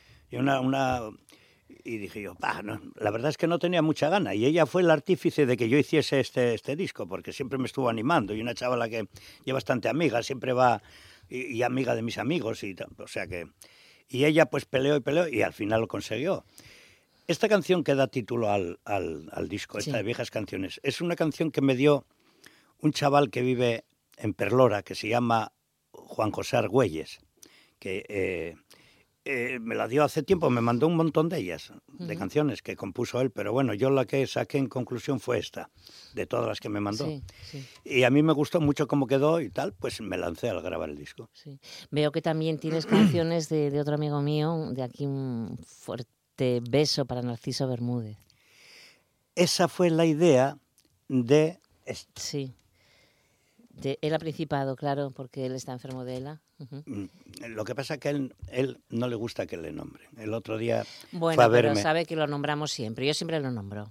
Y dije yo, no, la verdad es que no tenía mucha gana, y ella fue el artífice de que yo hiciese este disco, porque siempre me estuvo animando, y una chavala que es bastante amiga, siempre va y amiga de mis amigos, y ella pues peleó y al final lo consiguió. Esta canción que da título al disco, esta de Viejas Canciones, es una canción que me dio un chaval que vive en Perlora, que se llama Juan José Argüelles, que me la dio hace tiempo, me mandó un montón de ellas, de canciones que compuso él, pero bueno, yo la que saqué en conclusión fue esta, de todas las que me mandó. Sí. Y a mí me gustó mucho cómo quedó y tal, pues me lancé al grabar el disco. Sí. Veo que también tienes canciones de otro amigo mío, de aquí un fuerte beso para Narciso Bermúdez. Esa fue la idea de... Sí. De él ha Principado, claro, porque él está enfermo de ELA. Lo que pasa es que él no le gusta que le nombren. El otro día fue a verme. Pero sabe que lo nombramos siempre. Yo siempre lo nombro.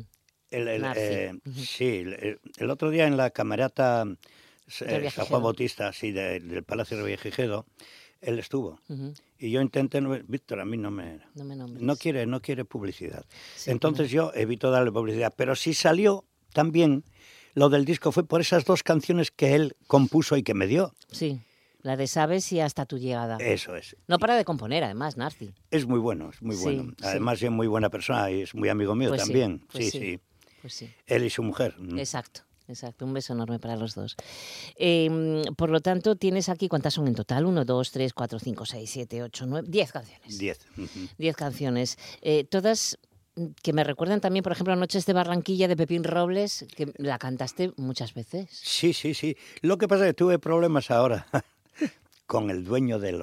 Sí, el otro día en la camerata San Juan Bautista, del Palacio de Revillagigedo, él estuvo. Y yo intenté, Víctor, a mí no me nombres. No quiere publicidad. Sí, entonces yo evito darle publicidad. Pero sí salió también, lo del disco fue por esas 2 canciones que él compuso y que me dio. Sí. La de Sabes y Hasta tu llegada. Eso es. No para de componer, además, Narci. Es muy bueno, bueno. Además es muy buena persona y es muy amigo mío también. Sí. Pues sí. Él y su mujer. Exacto. Un beso enorme para los dos. Por lo tanto, tienes aquí, ¿cuántas son en total? 1, 2, 3, 4, 5, 6, 7, 8, 9, 10 canciones. 10 canciones. Todas que me recuerdan también, por ejemplo, Noches de Barranquilla de Pepín Robles, que la cantaste muchas veces. Sí. Lo que pasa es que tuve problemas ahora con el dueño de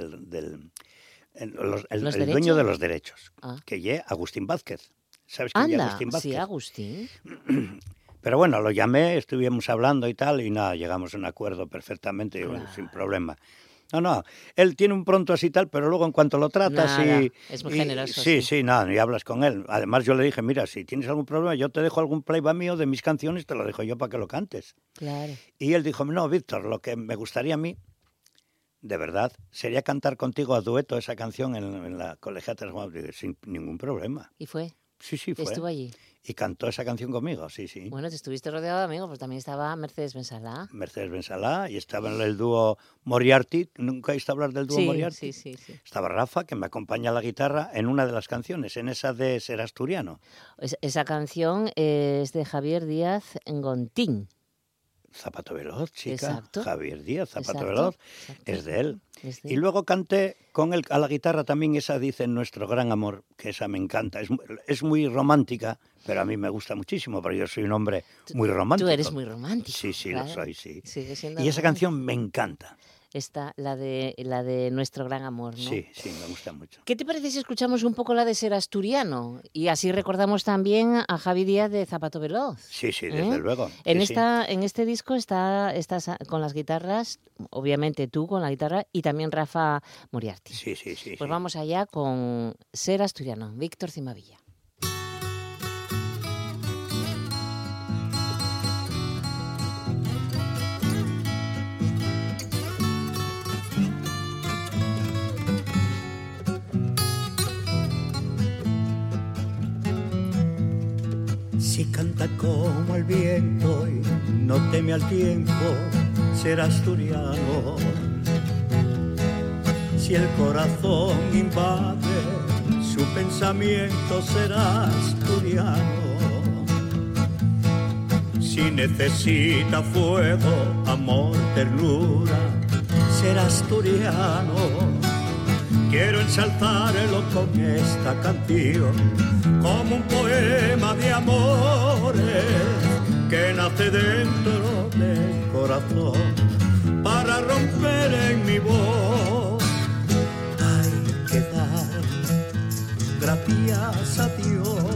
el dueño de los derechos, que es Agustín Vázquez. ¿Sabes quién es Agustín Vázquez? Sí, Agustín. Pero bueno, lo llamé, estuvimos hablando y tal, y nada, llegamos a un acuerdo perfectamente, sin problema. No, él tiene un pronto así tal, pero luego en cuanto lo tratas es muy generoso. Sí, y hablas con él. Además yo le dije, mira, si tienes algún problema, yo te dejo algún playback mío de mis canciones, te lo dejo yo para que lo cantes. Claro. Y él dijo, no, Víctor, lo que me gustaría a mí, de verdad, sería cantar contigo a dueto esa canción en la colegiata sin ningún problema. ¿Y fue? Sí, fue. ¿Estuvo allí? Y cantó esa canción conmigo, sí. Bueno, te estuviste rodeado de amigos, pues también estaba Mercedes Bensalá. Y estaba en el dúo Moriarty. ¿Nunca oíste hablar del dúo Moriarty? Sí. Estaba Rafa, que me acompaña a la guitarra en una de las canciones, en esa de Ser Asturiano. Esa canción es de Javier Díaz Gontín. Zapato Veloz, chica. Exacto. Javier Díaz, Zapato Veloz, es de él. Y luego canté con él a la guitarra también esa, dice, Nuestro Gran Amor, que esa me encanta. Es muy romántica, pero a mí me gusta muchísimo, porque yo soy un hombre muy romántico. Tú eres muy romántico. Sí, claro. Lo soy, sí. Sigue siendo y esa canción me encanta. esta, la de Nuestro Gran Amor, ¿no? Sí, me gusta mucho. ¿Qué te parece si escuchamos un poco la de Ser Asturiano? Y así recordamos también a Javi Díaz de Zapato Veloz. Sí, desde luego. En este disco estás con las guitarras, obviamente tú con la guitarra, y también Rafa Moriarty. Sí. Pues vamos allá con Ser Asturiano, Víctor Cimavilla. Si canta como el viento y no teme al tiempo, será asturiano. Si el corazón invade su pensamiento, será asturiano. Si necesita fuego, amor, ternura, será asturiano. Quiero ensalzarlo con esta canción, como un poema de amores que nace dentro del corazón para romper en mi voz. Hay que dar gracias a Dios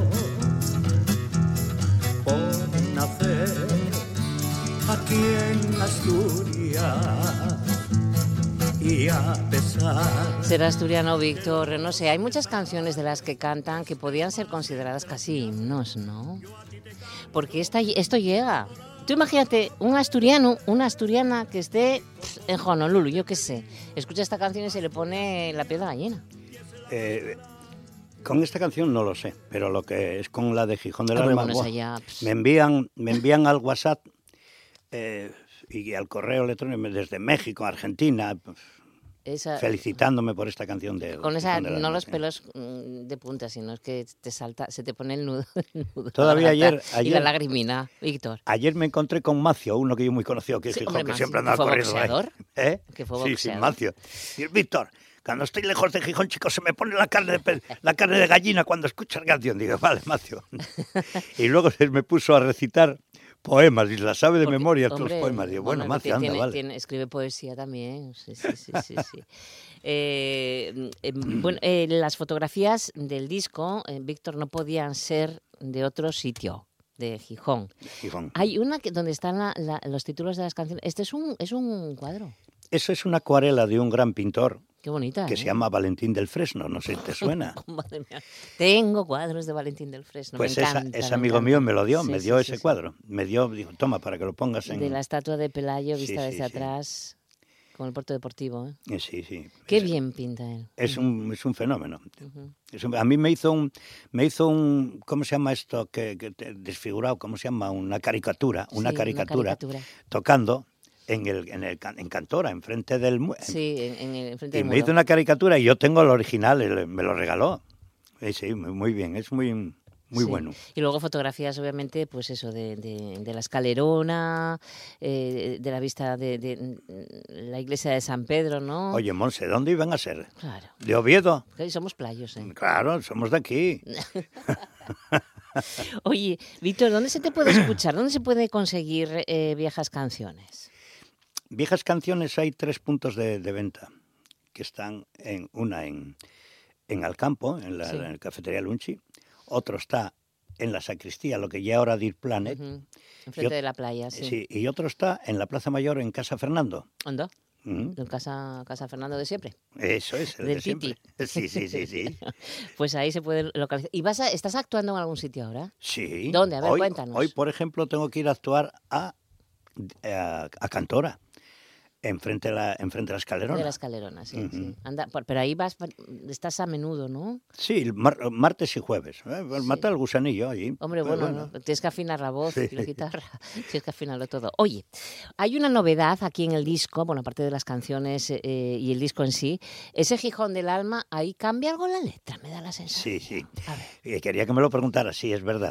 por nacer aquí en Asturias. Y a pesar... Ser asturiano, Víctor, no sé, hay muchas canciones de las que cantan que podían ser consideradas casi himnos, ¿no? Porque esto llega. Tú imagínate un asturiano, una asturiana que esté en Honolulu, yo qué sé, escucha esta canción y se le pone la piel de gallina. Con esta canción no lo sé, pero lo que es con la de Gijón del Alma, bueno, allá, me envían al WhatsApp y al correo electrónico desde México, Argentina, felicitándome por esta canción de... Con esa, no los pelos de punta, sino es que se te pone el nudo Todavía ayer y la lagrimina, Víctor. Ayer me encontré con Macio, uno que yo muy conocido, que es Gijón, que siempre andaba corriendo. ¿Que fue boxeador? Sí, Macio. Y el Víctor, cuando estoy lejos de Gijón, chicos, se me pone la carne de gallina cuando escucho la canción. Digo, vale, Macio. Y lugo se me puso a recitar poemas, y la sabe de memoria todos los poemas. Digo, bueno, Macio, anda, vale. Escribe poesía también, sí. Las fotografías del disco, Víctor, no podían ser de otro sitio, de Gijón. Hay una donde están los títulos de las canciones. Este es un cuadro. Eso es una acuarela de un gran pintor. Qué bonita, que se llama Valentín del Fresno, no sé si te suena. Madre mía. Tengo cuadros de Valentín del Fresno, pues me encanta. Ese amigo mío me lo dio, me dio ese cuadro. Me dio, dijo, toma, para que lo pongas en... De la estatua de Pelayo vista desde atrás, con el puerto deportivo. Sí. Qué bien pinta él. Es un fenómeno. A mí me hizo un ¿cómo se llama esto? Que desfigurado, ¿cómo se llama? Una caricatura, tocando... En Cantora, enfrente del... enfrente del y me hizo una caricatura y yo tengo el original, me lo regaló. Sí, muy bien, es muy bueno. Y luego fotografías, obviamente, pues eso, de la escalerona, de la vista de la iglesia de San Pedro, ¿no? Oye, Monse, ¿dónde iban a ser? Claro. ¿De Oviedo? Somos playos, ¿eh? Claro, somos de aquí. Oye, Víctor, ¿dónde se te puede escuchar? ¿Dónde se puede conseguir viejas canciones? Viejas canciones, hay 3 puntos de venta, que están una en Alcampo, en la cafetería Lunchi, otro está en la sacristía, lo que ya ahora Deer Planet. Enfrente de la playa, sí. Sí, y otro está en la Plaza Mayor, en Casa Fernando. ¿Onda? ¿En Casa Fernando de siempre? Eso es, el de siempre. Sí. Pues ahí se puede localizar. ¿Y estás actuando en algún sitio ahora? Sí. ¿Dónde? A ver, cuéntanos. Hoy, por ejemplo, tengo que ir a actuar a Cantora. Enfrente de la escalerona. De la escalerona, sí. Anda, pero ahí estás a menudo, ¿no? Sí, martes y jueves. Mata el gusanillo allí. Hombre, bueno. ¿No? Tienes que afinar la voz y la guitarra. Tienes que afinarlo todo. Oye, hay una novedad aquí en el disco, bueno, aparte de las canciones y el disco en sí. Ese Gijón del Alma, ahí cambia algo la letra, me da la sensación. Sí. A ver. Quería que me lo preguntaras, sí, es verdad.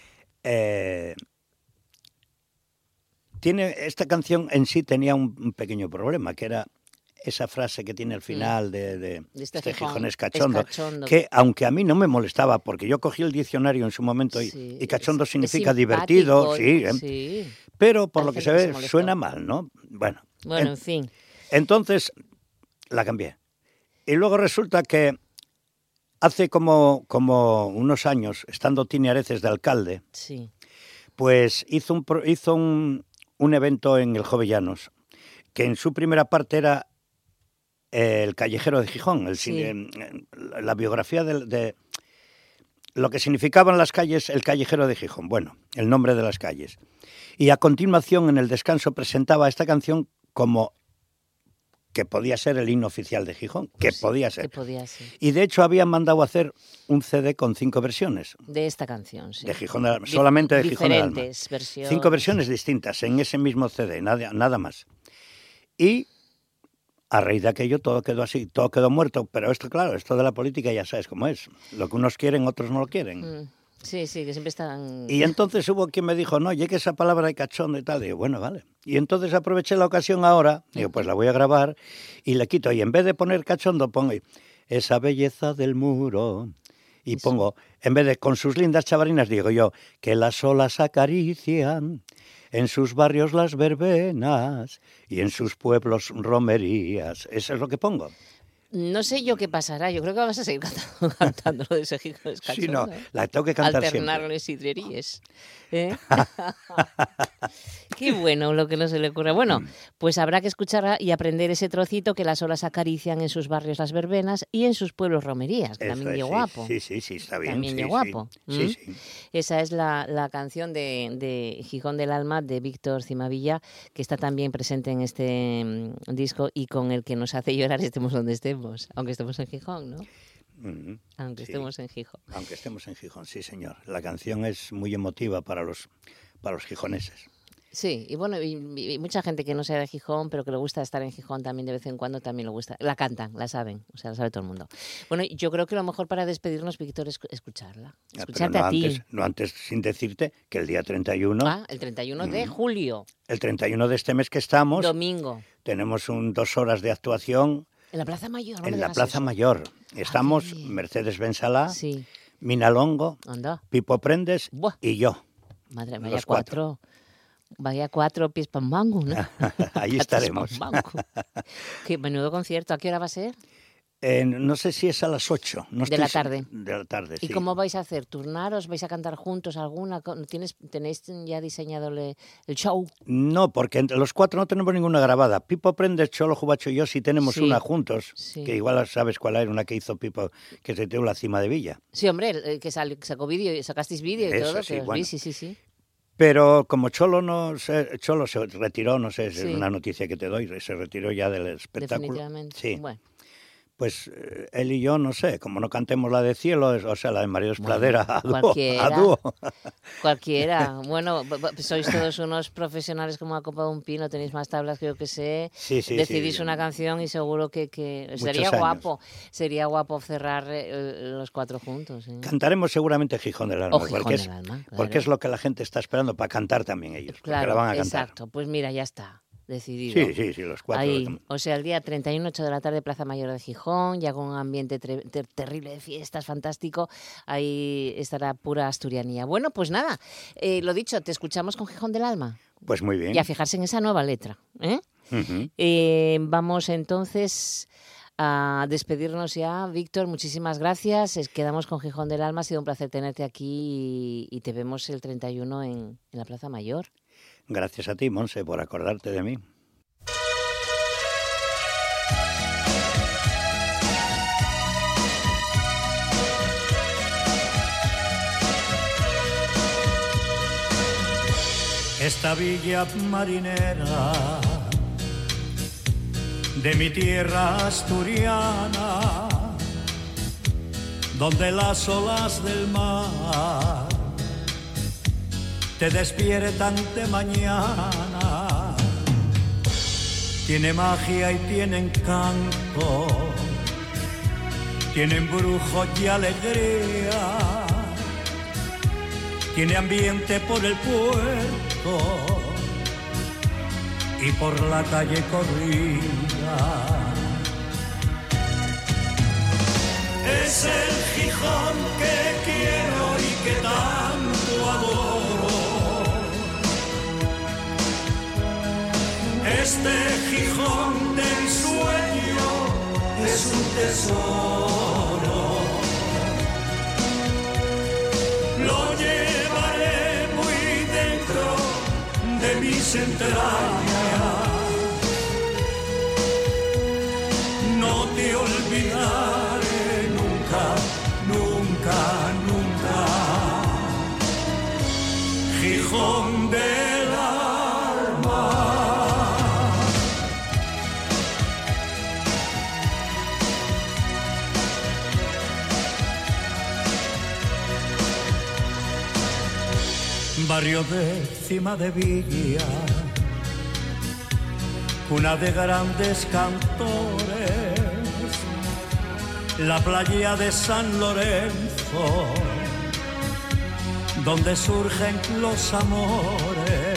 Esta canción en sí tenía un pequeño problema, que era esa frase que tiene al final de este Gijón es cachondo, que aunque a mí no me molestaba, porque yo cogí el diccionario en su momento y cachondo significa divertido, pero por lo que se ve suena mal, ¿no? Bueno, en fin. Entonces la cambié. Y luego resulta que hace como unos años, estando Tini Areces de alcalde, sí, pues hizo un evento en el Jovellanos, que en su primera parte era el callejero de Gijón, la biografía de lo que significaban las calles, el callejero de Gijón, bueno, el nombre de las calles. Y a continuación, en el descanso, presentaba esta canción como que podía ser el himno oficial de Gijón, pues que podía ser. Que podía ser. Y de hecho habían mandado a hacer un CD con 5 versiones. De esta canción, sí. De Gijón, solamente de Gijón del Alma. Diferentes versiones. 5 versiones distintas en ese mismo CD, nada más. Y a raíz de aquello todo quedó así, todo quedó muerto. Pero esto, claro, esto de la política ya sabes cómo es. Lo que unos quieren, otros no lo quieren. Sí, que siempre están... Y entonces hubo quien me dijo, no, llegue esa palabra de cachondo y tal. Digo, bueno, vale. Y entonces aproveché la ocasión ahora, digo, pues la voy a grabar y le quito. Y en vez de poner cachondo, pongo esa belleza del muro. Y pongo, en vez de con sus lindas chavarinas, digo yo, que las olas acarician en sus barrios las verbenas y en sus pueblos romerías. Eso es lo que pongo. No sé yo qué pasará, yo creo que vas a seguir cantando lo de ese Gijón es cachondo. Sí, no, la tengo que cantar alternarle sidreríes. Qué bueno lo que no se le ocurre. Bueno, pues habrá que escuchar y aprender ese trocito que las olas acarician en sus barrios las verbenas y en sus pueblos romerías, que también es guapo. Sí, está bien. También sí, guapo. Sí. Esa es la canción de Gijón del Alma de Víctor Cimavilla, que está también presente en este disco y con el que nos hace llorar estemos donde estemos, aunque estemos en Gijón, ¿no? Aunque estemos en Gijón. Aunque estemos en Gijón, sí, señor. La canción es muy emotiva para los gijoneses. Sí, y bueno, y mucha gente que no sea de Gijón, pero que le gusta estar en Gijón también de vez en cuando, también le gusta. La cantan, la saben, o sea, la sabe todo el mundo. Bueno, yo creo que lo mejor para despedirnos, Víctor, es escucharla. Escucharte a ti. No antes, sin decirte que el día 31... el 31 de julio. El 31 de este mes que estamos... Domingo. Tenemos 2 horas de actuación... En la Plaza Mayor. En la Plaza Mayor. Estamos Mercedes Bensalá, Mina Longo, Pipo Prendes y yo. Madre, vaya 4. Vaya 4 pies para un mango, ¿no? Ahí estaremos. Qué menudo concierto. ¿A qué hora va a ser? No sé si es a las 8. De la tarde. De la tarde, sí. ¿Y cómo vais a hacer? ¿Turnaros? ¿Vais a cantar juntos alguna? ¿Tenéis ya diseñado el show? No, porque entre los 4 no tenemos ninguna grabada. Pipo Prendes, Cholo, Jubacho y yo sí tenemos una juntos, que igual sabes cuál era, una que hizo Pipo, que se titula La Cima de Villa. Sí, hombre, que sacó vídeo, sacasteis vídeo y eso, todo. Sí, que bueno. Sí. Pero como Cholo se retiró, no sé, es una noticia que te doy, se retiró ya del espectáculo. Definitivamente. Sí. Bueno. Pues él y yo, no sé, como no cantemos la de Cielo, o sea, la de María Pradera, a dúo. Cualquiera. Bueno, sois todos unos profesionales como la copa de un pino, tenéis más tablas que yo que sé. Sí, decidís una canción y seguro que sería guapo. Sería guapo cerrar los 4 juntos. Cantaremos seguramente Gijón del Alma, claro. Porque es lo que la gente está esperando para cantar también ellos, claro, porque la van a cantar. Exacto, pues mira, ya está. Decidido. Sí, los 4. Ahí, o sea, el día 31, 8 de la tarde, Plaza Mayor de Gijón, ya con un ambiente terrible de fiestas, fantástico. Ahí estará pura asturianía. Bueno, pues nada, lo dicho, te escuchamos con Gijón del Alma. Pues muy bien. Y a fijarse en esa nueva letra. Vamos entonces a despedirnos ya. Víctor, muchísimas gracias. Quedamos con Gijón del Alma. Ha sido un placer tenerte aquí y te vemos el 31 en la Plaza Mayor. Gracias a ti, Monse, por acordarte de mí. Esta villa marinera de mi tierra asturiana, donde las olas del mar te despiertan de mañana, tiene magia y tiene encanto, tiene embrujo y alegría, tiene ambiente por el puerto y por la calle corrida. Es el Gijón que quiero y que tanto adoro. Este Gijón del tesoro. Lo llevaré muy dentro de mis entrañas. No te olvidaré nunca, nunca, nunca. Gijón del alma. Barrio de Cima de Villa, cuna de grandes cantores, la playa de San Lorenzo, donde surgen los amores,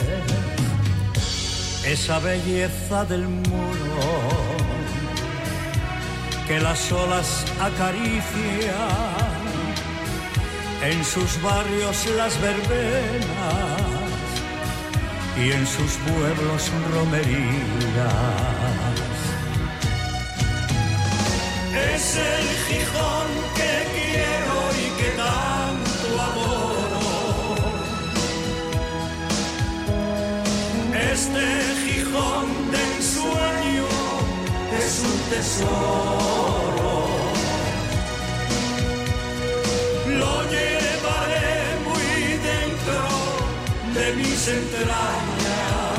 esa belleza del muro que las olas acarician, en sus barrios las verbenas y en sus pueblos romerías. Es el Gijón que quiero y que tanto adoro. Este Gijón de ensueño es un tesoro. Lo llevaré muy dentro de mis entrañas.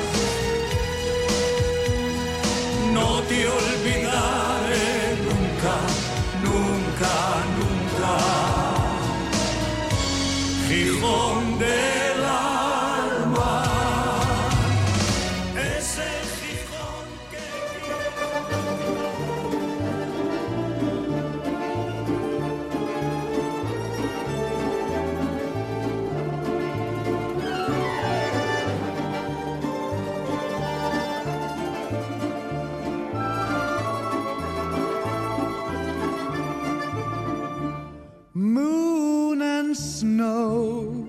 No te olvidaré nunca, nunca, nunca. Gijón del alma. Es el Gijón que moon and snow,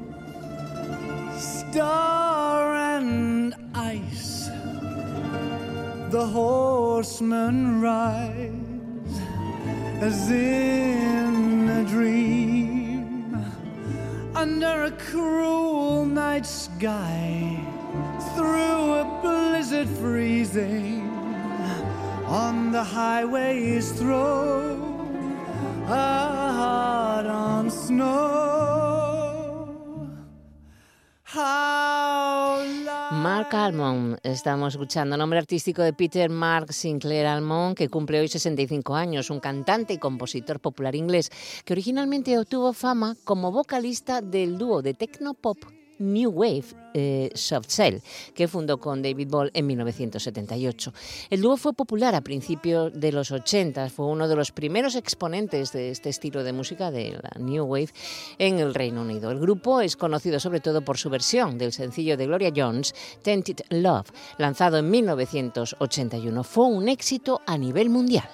star and ice, the horsemen rise as in a dream, under a cruel night sky, through a blizzard freezing, on the highways throw a heart on snow. Mark Almond, estamos escuchando, nombre artístico de Peter Mark Sinclair Almond, que cumple hoy 65 años, un cantante y compositor popular inglés que originalmente obtuvo fama como vocalista del dúo de techno-pop New Wave, Soft Cell, que fundó con David Ball en 1978. El dúo fue popular a principios de los 80, fue uno de los primeros exponentes de este estilo de música de la New Wave en el Reino Unido. El grupo es conocido sobre todo por su versión del sencillo de Gloria Jones, Tainted Love, lanzado en 1981. Fue un éxito a nivel mundial.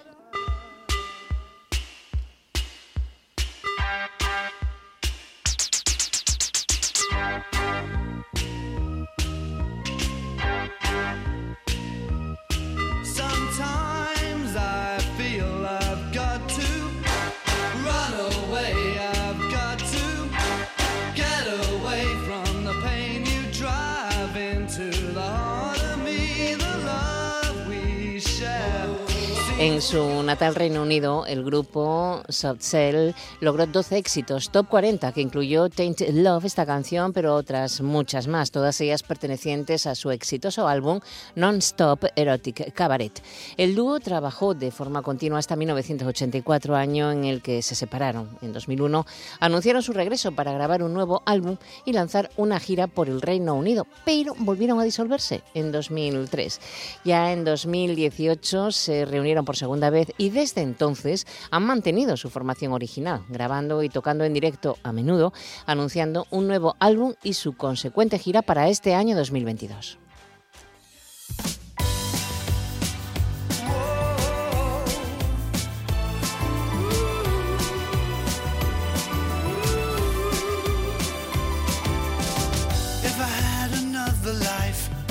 En su natal Reino Unido, el grupo Soft Cell logró 12 éxitos, top 40, que incluyó Tainted Love, esta canción, pero otras muchas más, todas ellas pertenecientes a su exitoso álbum Non-Stop Erotic Cabaret. El dúo trabajó de forma continua hasta 1984, año en el que se separaron. En 2001 anunciaron su regreso para grabar un nuevo álbum y lanzar una gira por el Reino Unido, pero volvieron a disolverse en 2003. Ya en 2018 se reunieron por segunda vez y desde entonces han mantenido su formación original, grabando y tocando en directo a menudo, anunciando un nuevo álbum y su consecuente gira para este año 2022.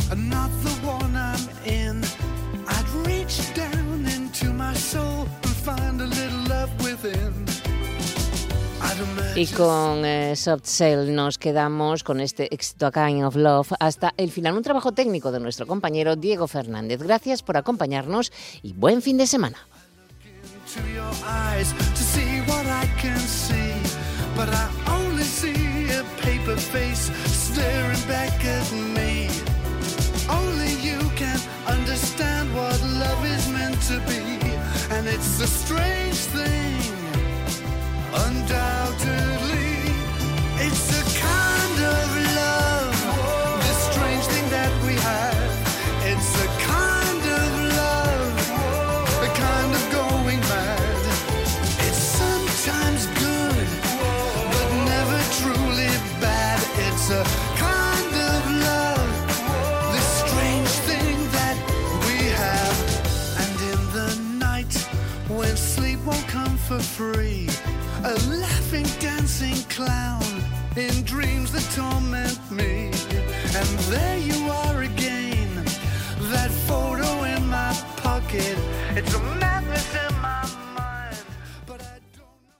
Another one I'm in, I'd reach down into my soul and find Y con Soft Cell nos quedamos con este éxito A Kind of Love hasta el final. Un trabajo técnico de nuestro compañero Diego Fernández. Gracias por acompañarnos y buen fin de semana. Undoubtedly, it's a kind of love, this strange thing that we have. It's a kind of love, a kind of going mad. It's sometimes good, but never truly bad. It's a kind of love, this strange thing that we have. And in the night, when sleep won't come for free, a laughing, dancing clown in dreams that torment me. And there you are again, that photo in my pocket. It's a madness in